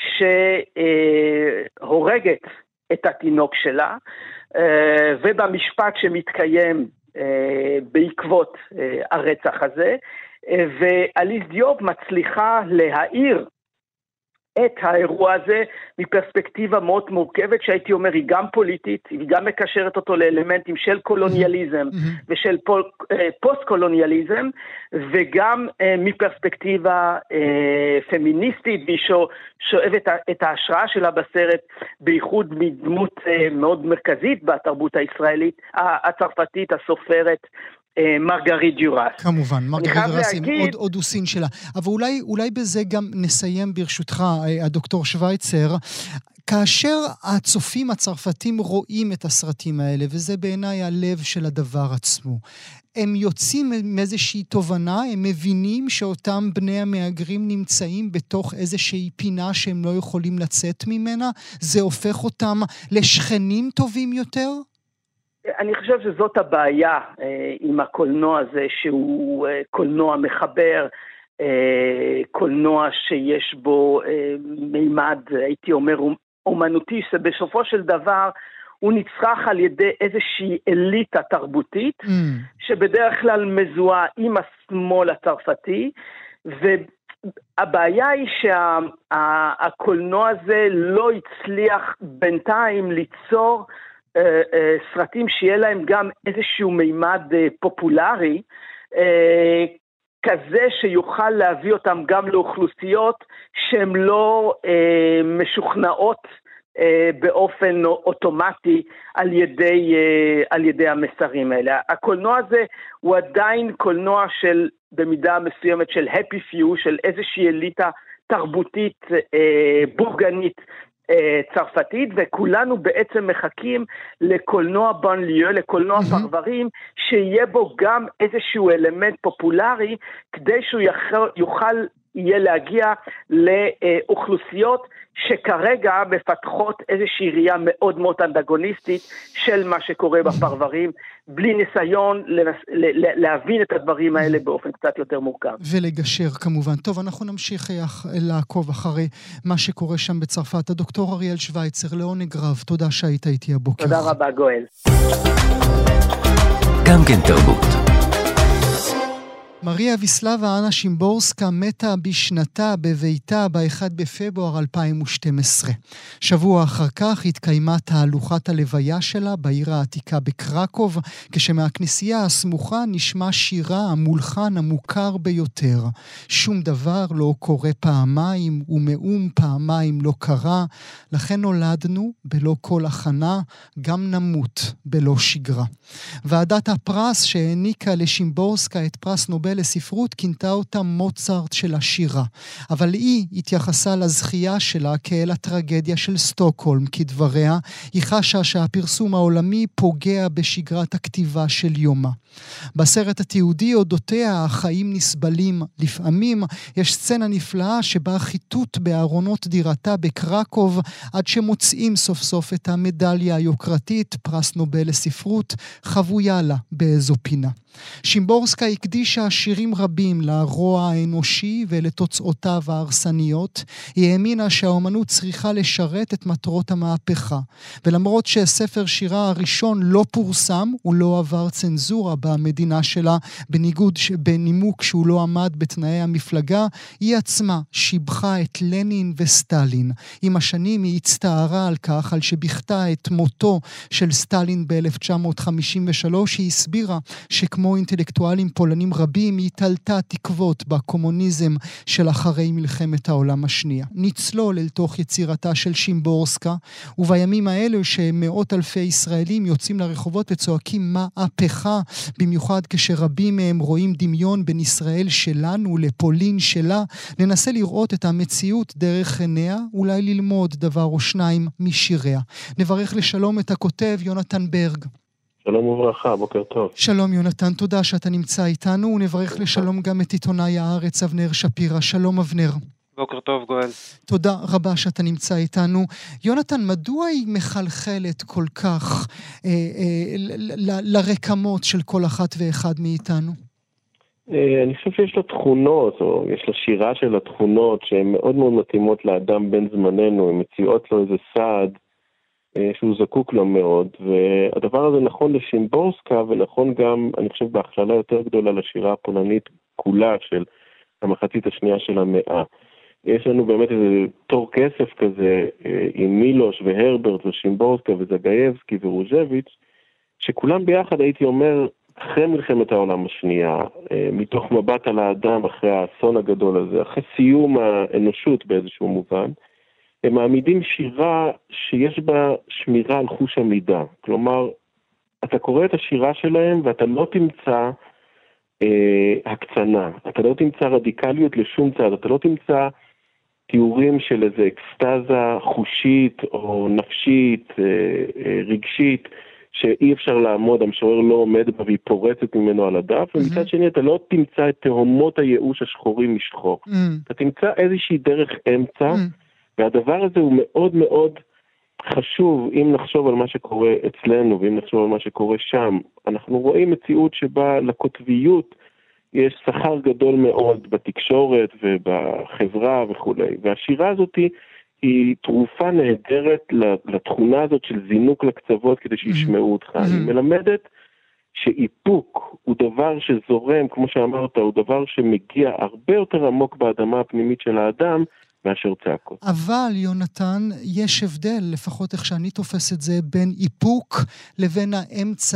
שהורגת את התינוק שלה, ובמשפט שמתקיים בעקבות הרצח הזה, ואליס דיוב מצליחה להאיר את האירוע הזה מפרספקטיבה מאוד מורכבת, שהייתי אומר היא גם פוליטית, היא גם מקשרת אותו לאלמנטים של קולוניאליזם ושל פוסט-קולוניאליזם, וגם מפרספקטיבה פמיניסטית, והיא שואבת את ההשראה שלה בסרט, בייחוד מדמות מאוד מרכזית בתרבות הישראלית, הצרפתית, הסופרת, מרגריט דיורס. כמובן, מרגריט דיורס עם עוד, עוד אוסין שלה. אבל אולי, אולי בזה גם נסיים ברשותך, הדוקטור שוויצר, כאשר הצופים הצרפתים רואים את הסרטים האלה, וזה בעיניי הלב של הדבר עצמו, הם יוצאים מאיזושהי תובנה, הם מבינים שאותם בני המהגרים נמצאים בתוך איזושהי פינה שהם לא יכולים לצאת ממנה, זה הופך אותם לשכנים טובים יותר? אני חושב שזאת הבעיה אה, עם הקולנוע הזה, שהוא אה, קולנוע מחבר, אה, קולנוע שיש בו אה, מימד, הייתי אומר, אומנותי, שבסופו של דבר הוא נצרך על ידי איזושהי אליטה תרבותית, mm. שבדרך כלל מזוהה עם השמאל הצרפתי, והבעיה היא שהקולנוע הזה לא הצליח בינתיים ליצור סרטים שיהיה להם גם איזשהו מימד פופולרי, כזה שיוכל להביא אותם גם לאוכלוסיות שהן לא משוכנעות באופן אוטומטי על ידי, על ידי המסרים האלה. הקולנוע הזה הוא עדיין קולנוע של, במידה מסוימת של happy few, של איזושהי אליטה תרבותית בורגנית צרפתית, וכולנו בעצם מחכים לקולנוע בנליו, לקולנוע mm-hmm. פרברים, שיהיה בו גם איזשהו אלמנט פופולרי, כדי שהוא יוכל, יוכל יהיה להגיע לאוכלוסיות שכרגע מפתחות איזושהי ראייה מאוד מאוד אנטגוניסטית של מה שקורה בפרברים, בלי ניסיון לנס... להבין את הדברים האלה באופן קצת יותר מורכב. ולגשר כמובן. טוב, אנחנו נמשיך לעקוב אחרי מה שקורה שם בצרפת. הדוקטור אריאל שוויצר, לעונג רב, תודה שהיית איתי הבוקר. תודה רבה, גואל. גם כן תרבות. מריה ויסלבה אנה שימבורסקה מתה בשנתה בביתה ב-אחד בפברואר אלפיים ושתים עשרה. שבוע אחר כך התקיימה תהלוכת הלוויה שלה בעיר העתיקה בקרקוב, כשמהכנסייה הסמוכה נשמע שירה המולחן המוכר ביותר. שום דבר לא קורה פעמיים ומאום פעמיים לא קרה, לכן נולדנו בלא כל הכנה, גם נמות בלא שגרה. ועדת הפרס שהעניקה לשימבורסקה את פרס נובל לספרות כינתה אותה מוצרט של השירה, אבל היא התייחסה לזכייה שלה כאל הטרגדיה של סטוקהולם, כדבריה היא חשה שהפרסום העולמי פוגע בשגרת הכתיבה של יומה. בסרט התיעודי אודותיה החיים נסבלים לפעמים, יש סצנה נפלאה שבה חיתות בארונות דירתה בקרקוב עד שמוצאים סוף סוף את המדליה היוקרתית, פרס נובל לספרות, חבויה לה באיזו פינה. שימבורסקה הקדישה שירים רבים לרוע האנושי ולתוצאותיו ההרסניות. היא האמינה שהאומנות צריכה לשרת את מטרות המהפכה, ולמרות שספר שירה הראשון לא פורסם, הוא לא עבר צנזורה במדינה שלה, בניגוד, בנימוק שהוא לא עמד בתנאי המפלגה, היא עצמה שיבחה את לנין וסטלין. עם השנים היא הצטערה על כך, על שבכתה את מותו של סטלין ב-אלף תשע מאות חמישים ושלוש, היא הסבירה שכמו כמו אינטלקטואלים פולנים רבים, היא תלתה תקוות בקומוניזם של אחרי מלחמת העולם השנייה. נצלול אל תוך יצירתה של שימבורסקה, ובימים האלו שמאות אלפי ישראלים יוצאים לרחובות וצועקים מהפכה, במיוחד כשרבים מהם רואים דמיון בין ישראל שלנו לפולין שלה, ננסה לראות את המציאות דרך עיניה, אולי ללמוד דבר או שניים משיריה. נברך לשלום את הכותב יונתן ברג. שלום וברכה, בוקר טוב. שלום יונתן, תודה שאתה נמצא איתנו, ונברך לשלום גם את עיתונאי הארץ אבנר שפירא. שלום אבנר. בוקר טוב גואל. תודה רבה שאתה נמצא איתנו. יונתן, מדוע היא מחלחלת כל כך אה, אה, ל- ל- לרקמות של כל אחת ואחד מאיתנו? אה, אני חושב שיש לה תכונות, או יש לה שירה של התכונות שהן מאוד מאוד מתאימות לאדם בן זמננו, הן מציעות לו איזה סעד אה, שהוא זקוק לו מאוד, והדבר הזה נכון לשימבורסקה ונכון גם, אני חושב, בהכללה יותר גדולה לשירה הפולנית כולה של המחצית השנייה של המאה. יש לנו באמת איזה תור כסף כזה עם מילוש והרברט ושימבורסקה וזגייבסקי ורוז'ביץ', שכולם ביחד הייתי אומר אחרי מלחמת העולם השנייה, מתוך מבט על האדם אחרי האסון הגדול הזה, אחרי סיום האנושות באיזשהו מובן, הם מעמידים שירה שיש בה שמירה על חוש המידה. כלומר, אתה קורא את השירה שלהם ואתה לא תמצא אה, הקצנה, אתה לא תמצא רדיקליות לשום צד, אתה לא תמצא תיאורים של איזה אקסטזה חושית או נפשית, אה, אה, רגשית, שאי אפשר לעמוד, המשורר לא עומד בה והיא פורצת ממנו על הדף, mm-hmm. ומצד שני אתה לא תמצא את תהומות הייאוש השחורים משחור. Mm-hmm. אתה תמצא איזושהי דרך אמצע, mm-hmm. והדבר הזה הוא מאוד מאוד חשוב, אם נחשוב על מה שקורה אצלנו, ואם נחשוב על מה שקורה שם. אנחנו רואים מציאות שבה לקוטביות יש שכר גדול מאוד בתקשורת ובחברה וכו'. והשירה הזאת היא, היא תרופה נהדרת לתכונה הזאת של זינוק לקצוות כדי שישמעו אותך. Mm-hmm. היא מלמדת שאיפוק הוא דבר שזורם, כמו שאמרת, הוא דבר שמגיע הרבה יותר עמוק באדמה הפנימית של האדם, מאשר צעקות. אבל, יונתן, יש הבדל, לפחות איך שאני תופס את זה, בין איפוק לבין האמצע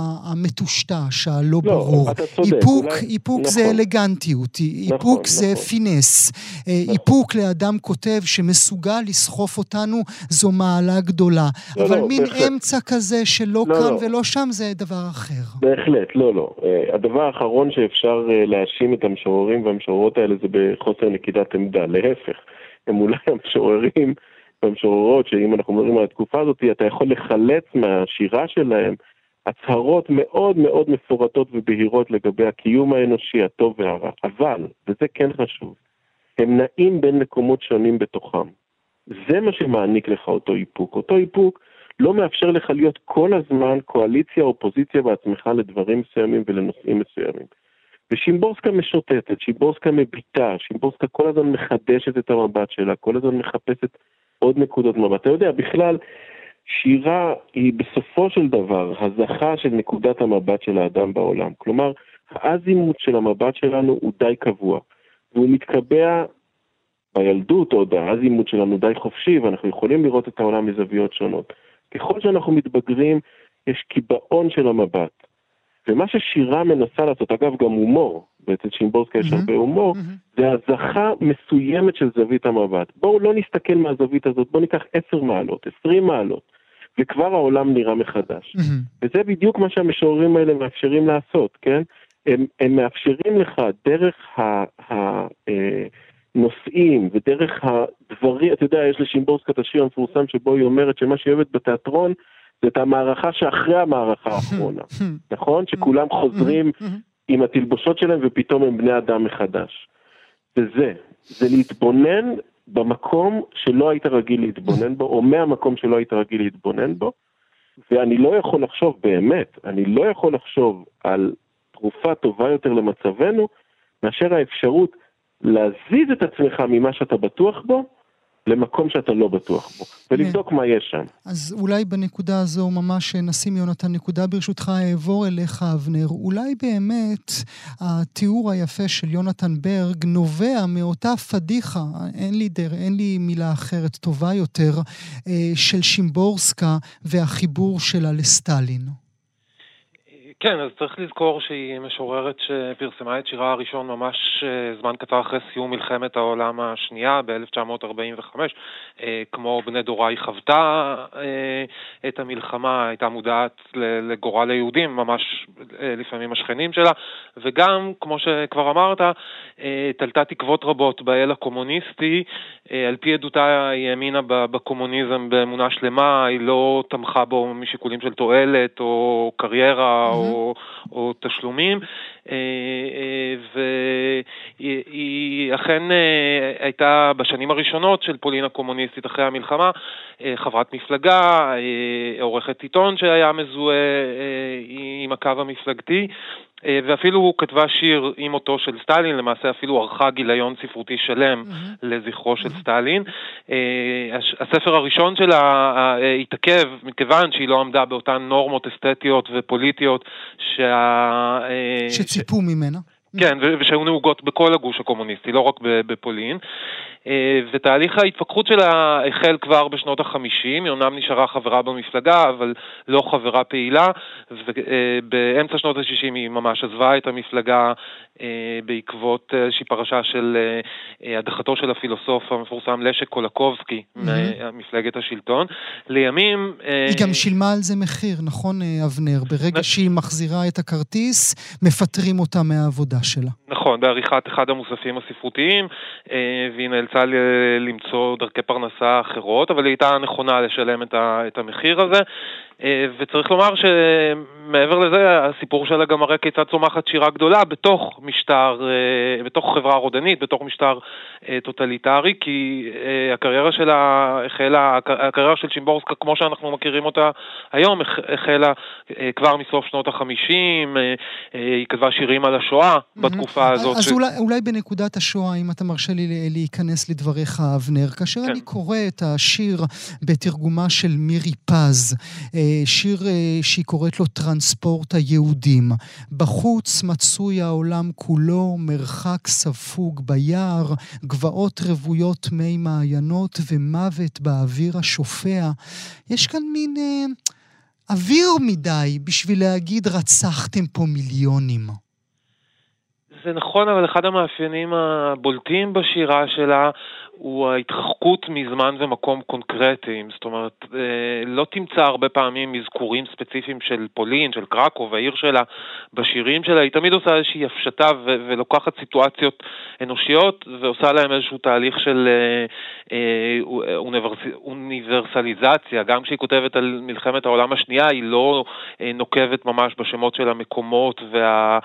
המטושטש, הלא לא, ברור. אתה צודק. איפוק, אולי... איפוק נכון. זה אלגנטיות, איפוק נכון, זה נכון. פינס. נכון. איפוק לאדם כותב שמסוגל לסחוף אותנו, זו מעלה גדולה. לא, אבל לא, מין בהחלט. אמצע כזה שלא לא, כאן לא. ולא שם, זה דבר אחר. בהחלט, לא, לא. הדבר האחרון שאפשר להאשים את המשוררים והמשוררות האלה זה בחוסר נקידת עמדה, להפך. הם אולי המשוררים והמשוררות, שאם אנחנו מדברים על התקופה הזאת, אתה יכול לחלץ מהשירה שלהם הצהרות מאוד מאוד מפורטות ובהירות לגבי הקיום האנושי, הטוב והרע. אבל, וזה כן חשוב, הם נעים בין מקומות שונים בתוכם. זה מה שמעניק לך אותו איפוק. אותו איפוק לא מאפשר לך להיות כל הזמן קואליציה או אופוזיציה בעצמך לדברים מסוימים ולנושאים מסוימים. ושימבורסקה משוטטת, שימבורסקה מביטה, שימבורסקה כל הזמן מחדשת את המבט שלה, כל הזמן מחפשת עוד נקודות מבט. אתה יודע, בכלל, שירה היא בסופו של דבר הזכה של נקודת המבט של האדם בעולם. כלומר, האזימות של המבט שלנו הוא די קבוע, והוא מתקבע בילדות, עוד האזימות שלנו די חופשי, ואנחנו יכולים לראות את העולם מזוויות שונות. ככל שאנחנו מתבגרים, יש קיבעון של המבט. ומה ששירה מנסה לעשות, אגב גם הומור, ואצל שימבורסקה יש הרבה הומור, זה הזכה מסוימת של זווית המבט. בואו לא נסתכל מהזווית הזאת, בואו ניקח עשר מעלות, עשרים מעלות, וכבר העולם נראה מחדש. וזה בדיוק מה שהמשוררים האלה מאפשרים לעשות, כן? הם, הם מאפשרים לך דרך הנושאים ודרך הדברים, אתה יודע, יש לשימבורסקה את השיר המפורסם שבו היא אומרת שמה שהיא אוהבת בתיאטרון, זה את המערכה שאחרי המערכה האחרונה, נכון? שכולם חוזרים עם התלבושות שלהם ופתאום הם בני אדם מחדש. וזה, זה להתבונן במקום שלא היית רגיל להתבונן בו, או מהמקום שלא היית רגיל להתבונן בו, ואני לא יכול לחשוב, באמת, אני לא יכול לחשוב על תרופה טובה יותר למצבנו, מאשר האפשרות להזיז את עצמך ממה שאתה בטוח בו, למקום שאתה לא בטוח בו, ולבדוק מה יש שם. אז אולי בנקודה הזו ממש נשים יונתן נקודה ברשותך, אעבור אליך אבנר, אולי באמת התיאור היפה של יונתן ברג נובע מאותה פדיחה, אין לי, דר, אין לי מילה אחרת טובה יותר, של שימבורסקה והחיבור שלה לסטלין. כן, אז צריך לזכור שהיא משוררת שפרסמה את שירה הראשון ממש זמן קצר אחרי סיום מלחמת העולם השנייה ב-אלף תשע מאות ארבעים וחמש. כמו בני דורה היא חוותה את המלחמה, הייתה מודעת לגורל היהודים, ממש לפעמים השכנים שלה, וגם, כמו שכבר אמרת, תלתה תקוות רבות באל הקומוניסטי. על פי עדותה היא האמינה בקומוניזם באמונה שלמה, היא לא תמכה בו משיקולים של תועלת או קריירה או, או תשלומים, והיא אכן הייתה בשנים הראשונות של פולין הקומוניסטית אחרי המלחמה, חברת מפלגה, עורכת עיתון שהיה מזוהה עם הקו המפלגתי, ואפילו הוא כתבה שיר עם מותו של סטלין, למעשה אפילו ערכה גיליון ספרותי שלם mm-hmm. לזכרו של mm-hmm. סטלין. הספר הראשון שלה התעכב מכיוון שהיא לא עמדה באותן נורמות אסתטיות ופוליטיות שה... שציפו ש... ממנה. כן, ושהיו נהוגות בכל הגוש הקומוניסטי, לא רק בפולין. ותהליך ההתפכחות שלה החל כבר בשנות החמישים, היא אומנם נשארה חברה במפלגה, אבל לא חברה פעילה, ובאמצע שנות השישים היא ממש עזבה את המפלגה בעקבות איזושהי פרשה של הדחתו של הפילוסוף המפורסם לשק קולקובסקי ממפלגת השלטון. לימים... היא גם שילמה על זה מחיר, נכון אבנר? ברגע שהיא מחזירה את הכרטיס, מפטרים אותה מהעבודה שלה. נכון, בעריכת אחד המוספים הספרותיים, והיא נאלצה למצוא דרכי פרנסה אחרות, אבל היא הייתה נכונה לשלם את המחיר הזה, וצריך לומר שמעבר לזה, הסיפור שלה גם מראה כיצד צומחת שירה גדולה בתוך משטר, בתוך חברה רודנית, בתוך משטר טוטליטרי, כי הקריירה שלה החלה, הקריירה של שימבורסקה, כמו שאנחנו מכירים אותה היום, החלה כבר מסוף שנות החמישים, היא כתבה שירים על השואה בתקופה הזאת. אז אולי, אולי בנקודת השואה, אם אתה מרשה לי להיכנס לדבריך, אבנר, כאשר אני קורא את השיר בתרגומה של מירי פז, שיר שהיא קוראת לו טרנספורט היהודים. בחוץ מצוי העולם כולו, מרחק ספוג ביער, גבעות רבויות מי מעיינות ומוות באוויר השופע. יש כאן מין אה, אוויר מדי בשביל להגיד רצחתם פה מיליונים. זה נכון, אבל אחד המאפיינים הבולטים בשירה שלה הוא ההתרחקות מזמן ומקום קונקרטיים. זאת אומרת, לא תמצא הרבה פעמים מזכורים ספציפיים של פולין, של קרקוב, העיר שלה, בשירים שלה. היא תמיד עושה איזושהי הפשטה ו- ולוקחת סיטואציות אנושיות ועושה להם איזשהו תהליך של אוניברס... אוניברסליזציה. גם כשהיא כותבת על מלחמת העולם השנייה, היא לא נוקבת ממש בשמות של המקומות וה...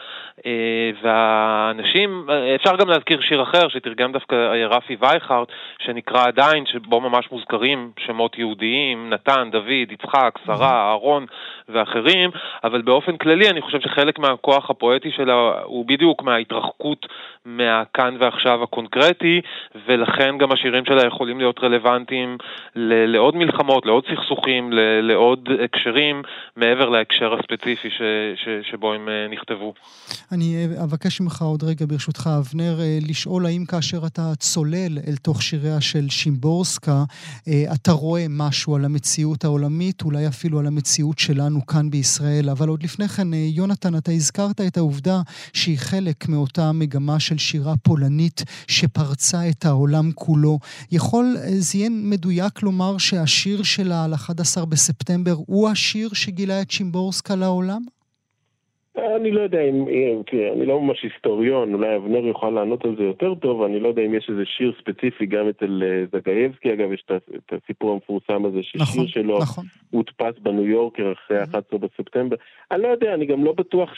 והאנשים. אפשר גם להזכיר שיר אחר שתרגם דווקא רפי וייכר, שנקרא עדיין, שבו ממש מוזכרים שמות יהודיים, נתן, דוד, יצחק, שרה, אהרון ואחרים, אבל באופן כללי אני חושב שחלק מהכוח הפואטי שלה הוא בדיוק מההתרחקות מהכאן ועכשיו הקונקרטי, ולכן גם השירים שלה יכולים להיות רלוונטיים ל- לעוד מלחמות, לעוד סכסוכים, ל- לעוד הקשרים, מעבר להקשר הספציפי ש- ש- שבו הם נכתבו. אני אבקש ממך עוד רגע ברשותך, אבנר, לשאול האם כאשר אתה צולל אל תוך שיריה של שימבורסקה, אתה רואה משהו על המציאות העולמית, אולי אפילו על המציאות שלנו כאן בישראל, אבל עוד לפני כן, יונתן, אתה הזכרת את העובדה שהיא חלק מאותה מגמה של שירה פולנית שפרצה את העולם כולו. יכול, זה יהיה מדויק לומר שהשיר שלה על אחד עשר בספטמבר הוא השיר שגילה את שימבורסקה לעולם? אני לא יודע אם, אני לא ממש היסטוריון, אולי אבנר יוכל לענות על זה יותר טוב, אני לא יודע אם יש איזה שיר ספציפי גם אצל זגאייבסקי, אגב יש את הסיפור המפורסם הזה ששיר נכון, שלו נכון. הודפס בניו יורקר אחרי אחד עשר בספטמבר. אני לא יודע, אני גם לא בטוח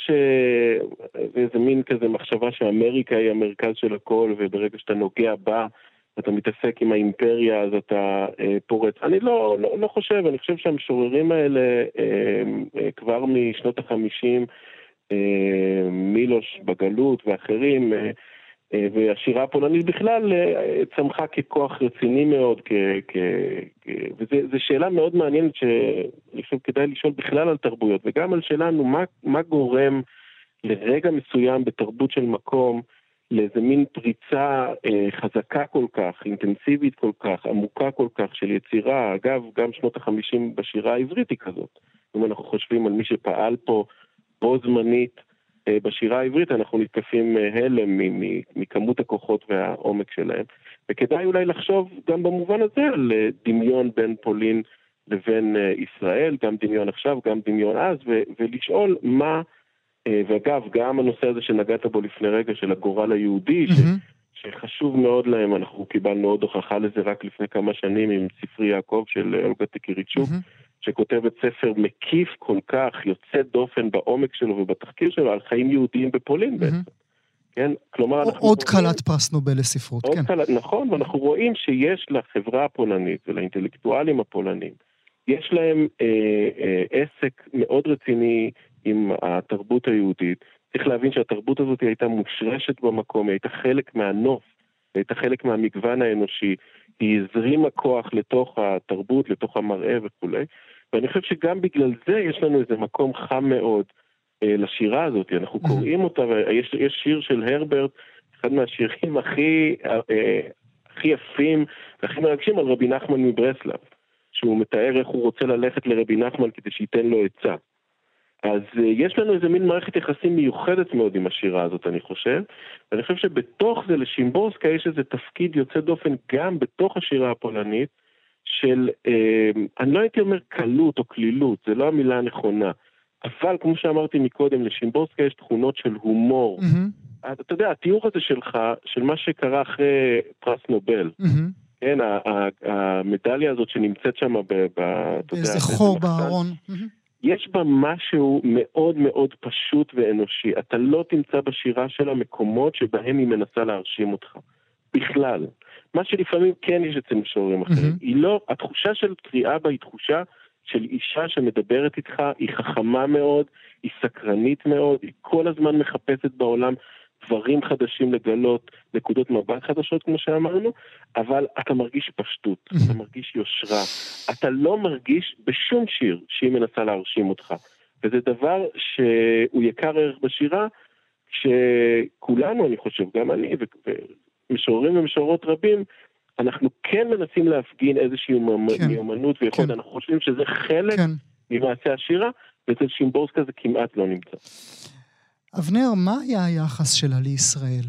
שזה מין כזה מחשבה שאמריקה היא המרכז של הכל, וברגע שאתה נוגע בה, אתה מתעסק עם האימפריה, אז אתה אה, פורץ. אני לא, לא, לא חושב, אני חושב שהמשוררים האלה אה, אה, כבר משנות החמישים, אה, מילוש בגלות ואחרים, אה, אה, והשירה הפולנית בכלל אה, צמחה ככוח רציני מאוד, כ, כ, כ, וזו שאלה מאוד מעניינת שאני חושב כדאי לשאול בכלל על תרבויות, וגם על שלנו, מה, מה גורם לרגע מסוים בתרבות של מקום, לאיזה מין פריצה אה, חזקה כל כך, אינטנסיבית כל כך, עמוקה כל כך של יצירה. אגב, גם שנות החמישים בשירה העברית היא כזאת. אם אנחנו חושבים על מי שפעל פה בו זמנית בשירה העברית, אנחנו נתקפים הלם מכמות הכוחות והעומק שלהם. וכדאי אולי לחשוב גם במובן הזה על דמיון בין פולין לבין ישראל, גם דמיון עכשיו, גם דמיון אז, ולשאול מה, ואגב, גם הנושא הזה שנגעת בו לפני רגע של הגורל היהודי, ש... שחשוב מאוד להם, אנחנו קיבלנו עוד הוכחה לזה רק לפני כמה שנים עם ספרי יעקב של אולגה טקיריצ'וק, שכותבת ספר מקיף כל כך, יוצא דופן בעומק שלו ובתחקיר שלו, על חיים יהודיים בפולין בעצם. כן? כלומר, עוד קלת פרס נובל לספרות, כן. קלת, נכון, ואנחנו רואים שיש לחברה הפולנית ולאינטלקטואלים הפולנים, יש להם אה, אה, עסק מאוד רציני עם התרבות היהודית. צריך להבין שהתרבות הזאת הייתה מושרשת במקום, היא הייתה חלק מהנוף, היא הייתה חלק מהמגוון האנושי, היא הזרימה כוח לתוך התרבות, לתוך המראה וכו'. ואני חושב שגם בגלל זה יש לנו איזה מקום חם מאוד אה, לשירה הזאת. אנחנו mm-hmm. קוראים אותה, ויש יש שיר של הרברט, אחד מהשירים הכי, אה, הכי יפים והכי מרגשים על רבי נחמן מברסלב, שהוא מתאר איך הוא רוצה ללכת לרבי נחמן כדי שייתן לו עצה. אז uh, יש לנו איזה מין מערכת יחסים מיוחדת מאוד עם השירה הזאת, אני חושב. ואני חושב שבתוך זה לשימבורסקה יש איזה תפקיד יוצא דופן גם בתוך השירה הפולנית, של, uh, אני לא הייתי אומר קלות או כלילות, זה לא המילה הנכונה. אבל כמו שאמרתי מקודם, לשימבורסקה יש תכונות של הומור. Mm-hmm. אתה יודע, התיאור הזה שלך, של מה שקרה אחרי פרס נובל, mm-hmm. כן, המדליה הזאת שנמצאת שם באיזה חור בארון. יש בה משהו מאוד מאוד פשוט ואנושי. אתה לא תמצא בשירה שלה מקומות שבהם היא מנסה להרשים אותך. בכלל. מה שלפעמים כן יש אצל משוררים אחרים. היא לא, התחושה של קריאה בה היא תחושה של אישה שמדברת איתך, היא חכמה מאוד, היא סקרנית מאוד, היא כל הזמן מחפשת בעולם דברים חדשים לגלות, נקודות מבט חדשות כמו שאמרנו, אבל אתה מרגיש פשטות, אתה מרגיש יושרה, אתה לא מרגיש בשום שיר שהיא מנסה להרשים אותך, וזה דבר שהוא יקר ערך בשירה, שכולנו, אני חושב, גם אני ומשוררים ומשוררות רבים, אנחנו כן מנסים להפגין איזושהי מיומנות ויכולת, אנחנו חושבים שזה חלק ממעשה השירה, ואצל שימבורסקה זה כמעט לא נמצא. אבנר, מה היה היחס שלה לישראל?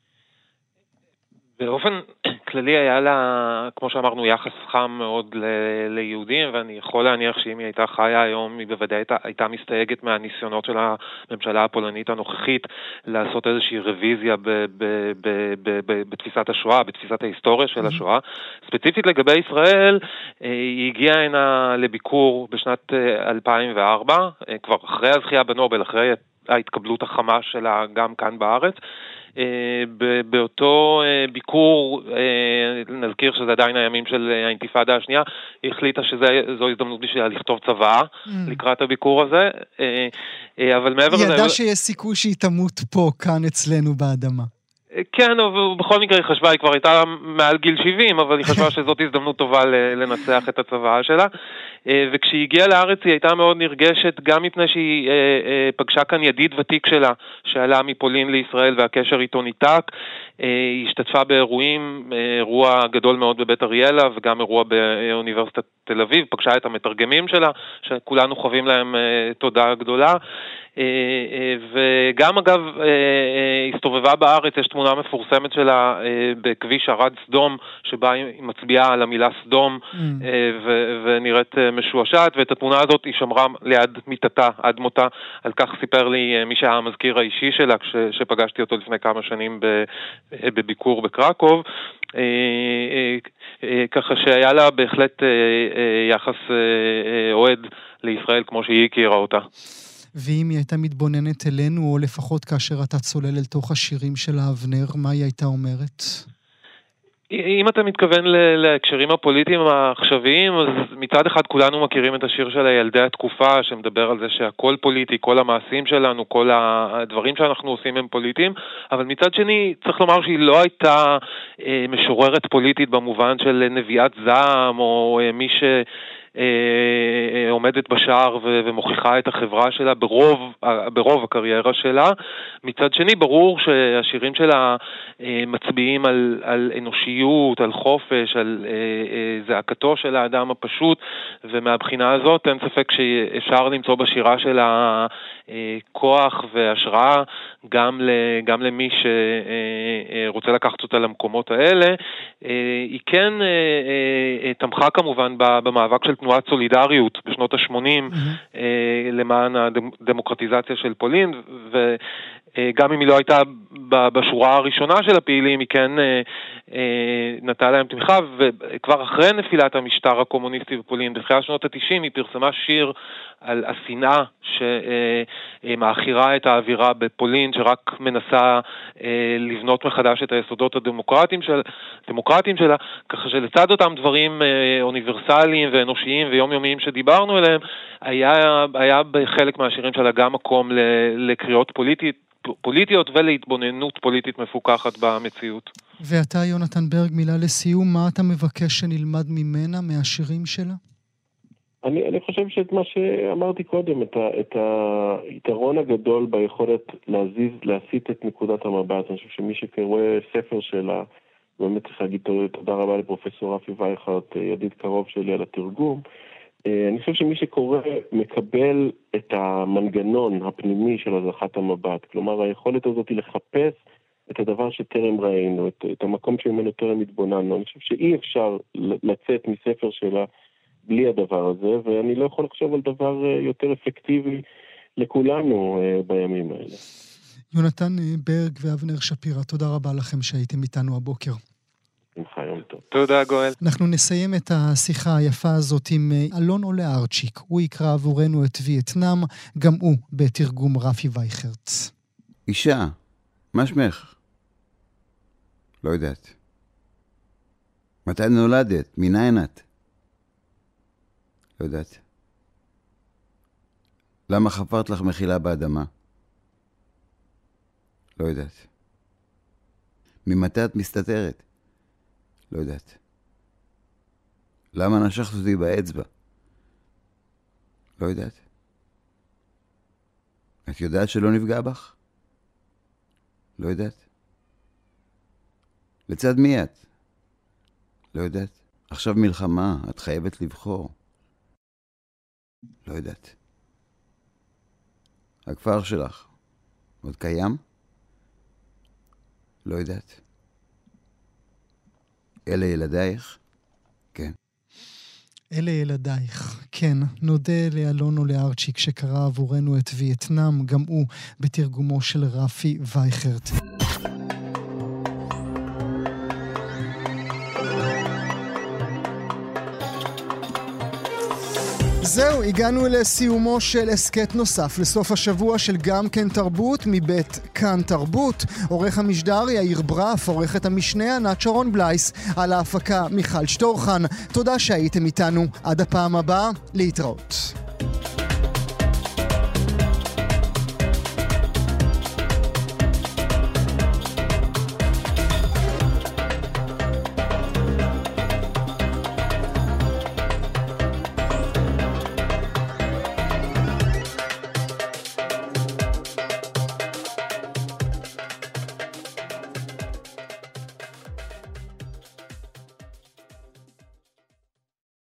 באופן כללי היה לה, כמו שאמרנו, יחס חם מאוד ל- ליהודים, ואני יכול להניח שאם היא הייתה חיה היום, היא בוודאי הייתה, הייתה מסתייגת מהניסיונות של הממשלה הפולנית הנוכחית לעשות איזושהי רוויזיה ב- ב- ב- ב- ב- בתפיסת השואה, בתפיסת ההיסטוריה של השואה. ספציפית לגבי ישראל, היא הגיעה הנה לביקור בשנת אלפיים וארבע, כבר אחרי הזכייה בנובל, אחרי ההתקבלות החמה שלה גם כאן בארץ. באותו ביקור, נזכיר שזה עדיין הימים של האינתיפאדה השנייה, היא החליטה שזו הזדמנות בשבילה לכתוב צוואה לקראת הביקור הזה, אבל מעבר לזה... היא ידעה שיש סיכוי שהיא תמות פה, כאן אצלנו באדמה. כן, ובכל מקרה היא חשבה, היא כבר הייתה מעל גיל שבעים, אבל היא חשבה שזאת הזדמנות טובה לנצח את הצוואה שלה. וכשהיא הגיעה לארץ היא הייתה מאוד נרגשת, גם מפני שהיא פגשה כאן ידיד ותיק שלה, שעלה מפולין לישראל והקשר איתו ניתק. היא השתתפה באירועים, אירוע גדול מאוד בבית אריאלה, וגם אירוע באוניברסיטת תל אביב, פגשה את המתרגמים שלה, שכולנו חווים להם תודה גדולה. וגם אגב הסתובבה בארץ, יש תמונה מפורסמת שלה בכביש ערד סדום, שבה היא מצביעה על המילה סדום ונראית משועשעת, ואת התמונה הזאת היא שמרה ליד מיטתה עד מותה. על כך סיפר לי מי שהיה המזכיר האישי שלה כשפגשתי אותו לפני כמה שנים בביקור בקרקוב, ככה שהיה לה בהחלט יחס אוהד לישראל כמו שהיא הכירה אותה. ואם היא הייתה מתבוננת אלינו, או לפחות כאשר אתה צולל אל תוך השירים של אבנר, מה היא הייתה אומרת? אם אתה מתכוון להקשרים הפוליטיים העכשוויים, אז מצד אחד כולנו מכירים את השיר של ילדי התקופה, שמדבר על זה שהכל פוליטי, כל המעשים שלנו, כל הדברים שאנחנו עושים הם פוליטיים, אבל מצד שני צריך לומר שהיא לא הייתה משוררת פוליטית במובן של נביאת זעם, או מי ש... עומדת בשער ומוכיחה את החברה שלה ברוב, ברוב הקריירה שלה. מצד שני, ברור שהשירים שלה מצביעים על, על אנושיות, על חופש, על זעקתו של האדם הפשוט, ומהבחינה הזאת אין ספק שאפשר למצוא בשירה שלה כוח והשראה גם, גם למי שרוצה לקחת אותה למקומות האלה. היא כן תמכה כמובן במאבק של תנועת סולידריות בשנות ה-שמונים mm-hmm. למען הדמוקרטיזציה של פולין, וגם אם היא לא הייתה בשורה הראשונה של הפעילים, היא כן נתנה להם תמיכה, וכבר אחרי נפילת המשטר הקומוניסטי בפולין, בתחילת שנות ה-תשעים, היא פרסמה שיר על השנאה שמאחירה את האווירה בפולין, שרק מנסה לבנות מחדש את היסודות הדמוקרטיים של, דמוקרטיים שלה, ככה שלצד אותם דברים אוניברסליים ואנושיים ויומיומיים שדיברנו עליהם, היה, היה בחלק מהשירים שלה גם מקום לקריאות פוליטית, פוליטיות ולהתבוננות פוליטית מפוקחת במציאות. ואתה, יונתן ברג, מילה לסיום, מה אתה מבקש שנלמד ממנה, מהשירים שלה? אני, אני חושב שאת מה שאמרתי קודם, את, ה, את היתרון הגדול ביכולת להזיז, להסיט את נקודת המבט. אני חושב שמי שקורא ספר שלה, באמת צריך להגיד תודה רבה לפרופסור רפי וייכרט, ידיד קרוב שלי, על התרגום. אני חושב שמי שקורא מקבל את המנגנון הפנימי של הזכת המבט. כלומר, היכולת הזאת היא לחפש את הדבר שטרם ראינו, את, את המקום שממנו טרם התבוננו. אני חושב שאי אפשר לצאת מספר שלה בלי הדבר הזה, ואני לא יכול לחשוב על דבר יותר אפקטיבי לכולנו בימים האלה. יונתן ברג ואבנר שפירא, תודה רבה לכם שהייתם איתנו הבוקר. תודה גואל. אנחנו נסיים את השיחה היפה הזאת עם אלון עולה ארצ'יק. הוא יקרא עבורנו את וייטנאם, גם הוא בתרגום רפי וייכרט. אישה, מה שמך? לא יודעת. מתי נולדת? מניין את? לא יודעת. למה חפרת לך מחילה באדמה? לא יודעת. ממתי את מסתתרת? לא יודעת. למה נשכת אותי באצבע? לא יודעת. את יודעת שלא נפגע בך? לא יודעת. לצד מי את? לא יודעת. עכשיו מלחמה, את חייבת לבחור. לא יודעת. הכפר שלך עוד קיים? לא יודעת. אלה ילדייך? כן. אלה ילדייך, כן. נודה לאלון עולה ארצ'יק שקרא עבורנו את וייטנאם, גם הוא בתרגומו של רפי וייכרט. זהו, הגענו לסיומו של הסקט נוסף לסוף השבוע של גם כן תרבות מבית כאן תרבות. עורך המשדר יאיר ברף, עורכת המשנה ענת שרון בלייס, על ההפקה מיכל שטורחן. תודה שהייתם איתנו, עד הפעם הבאה, להתראות.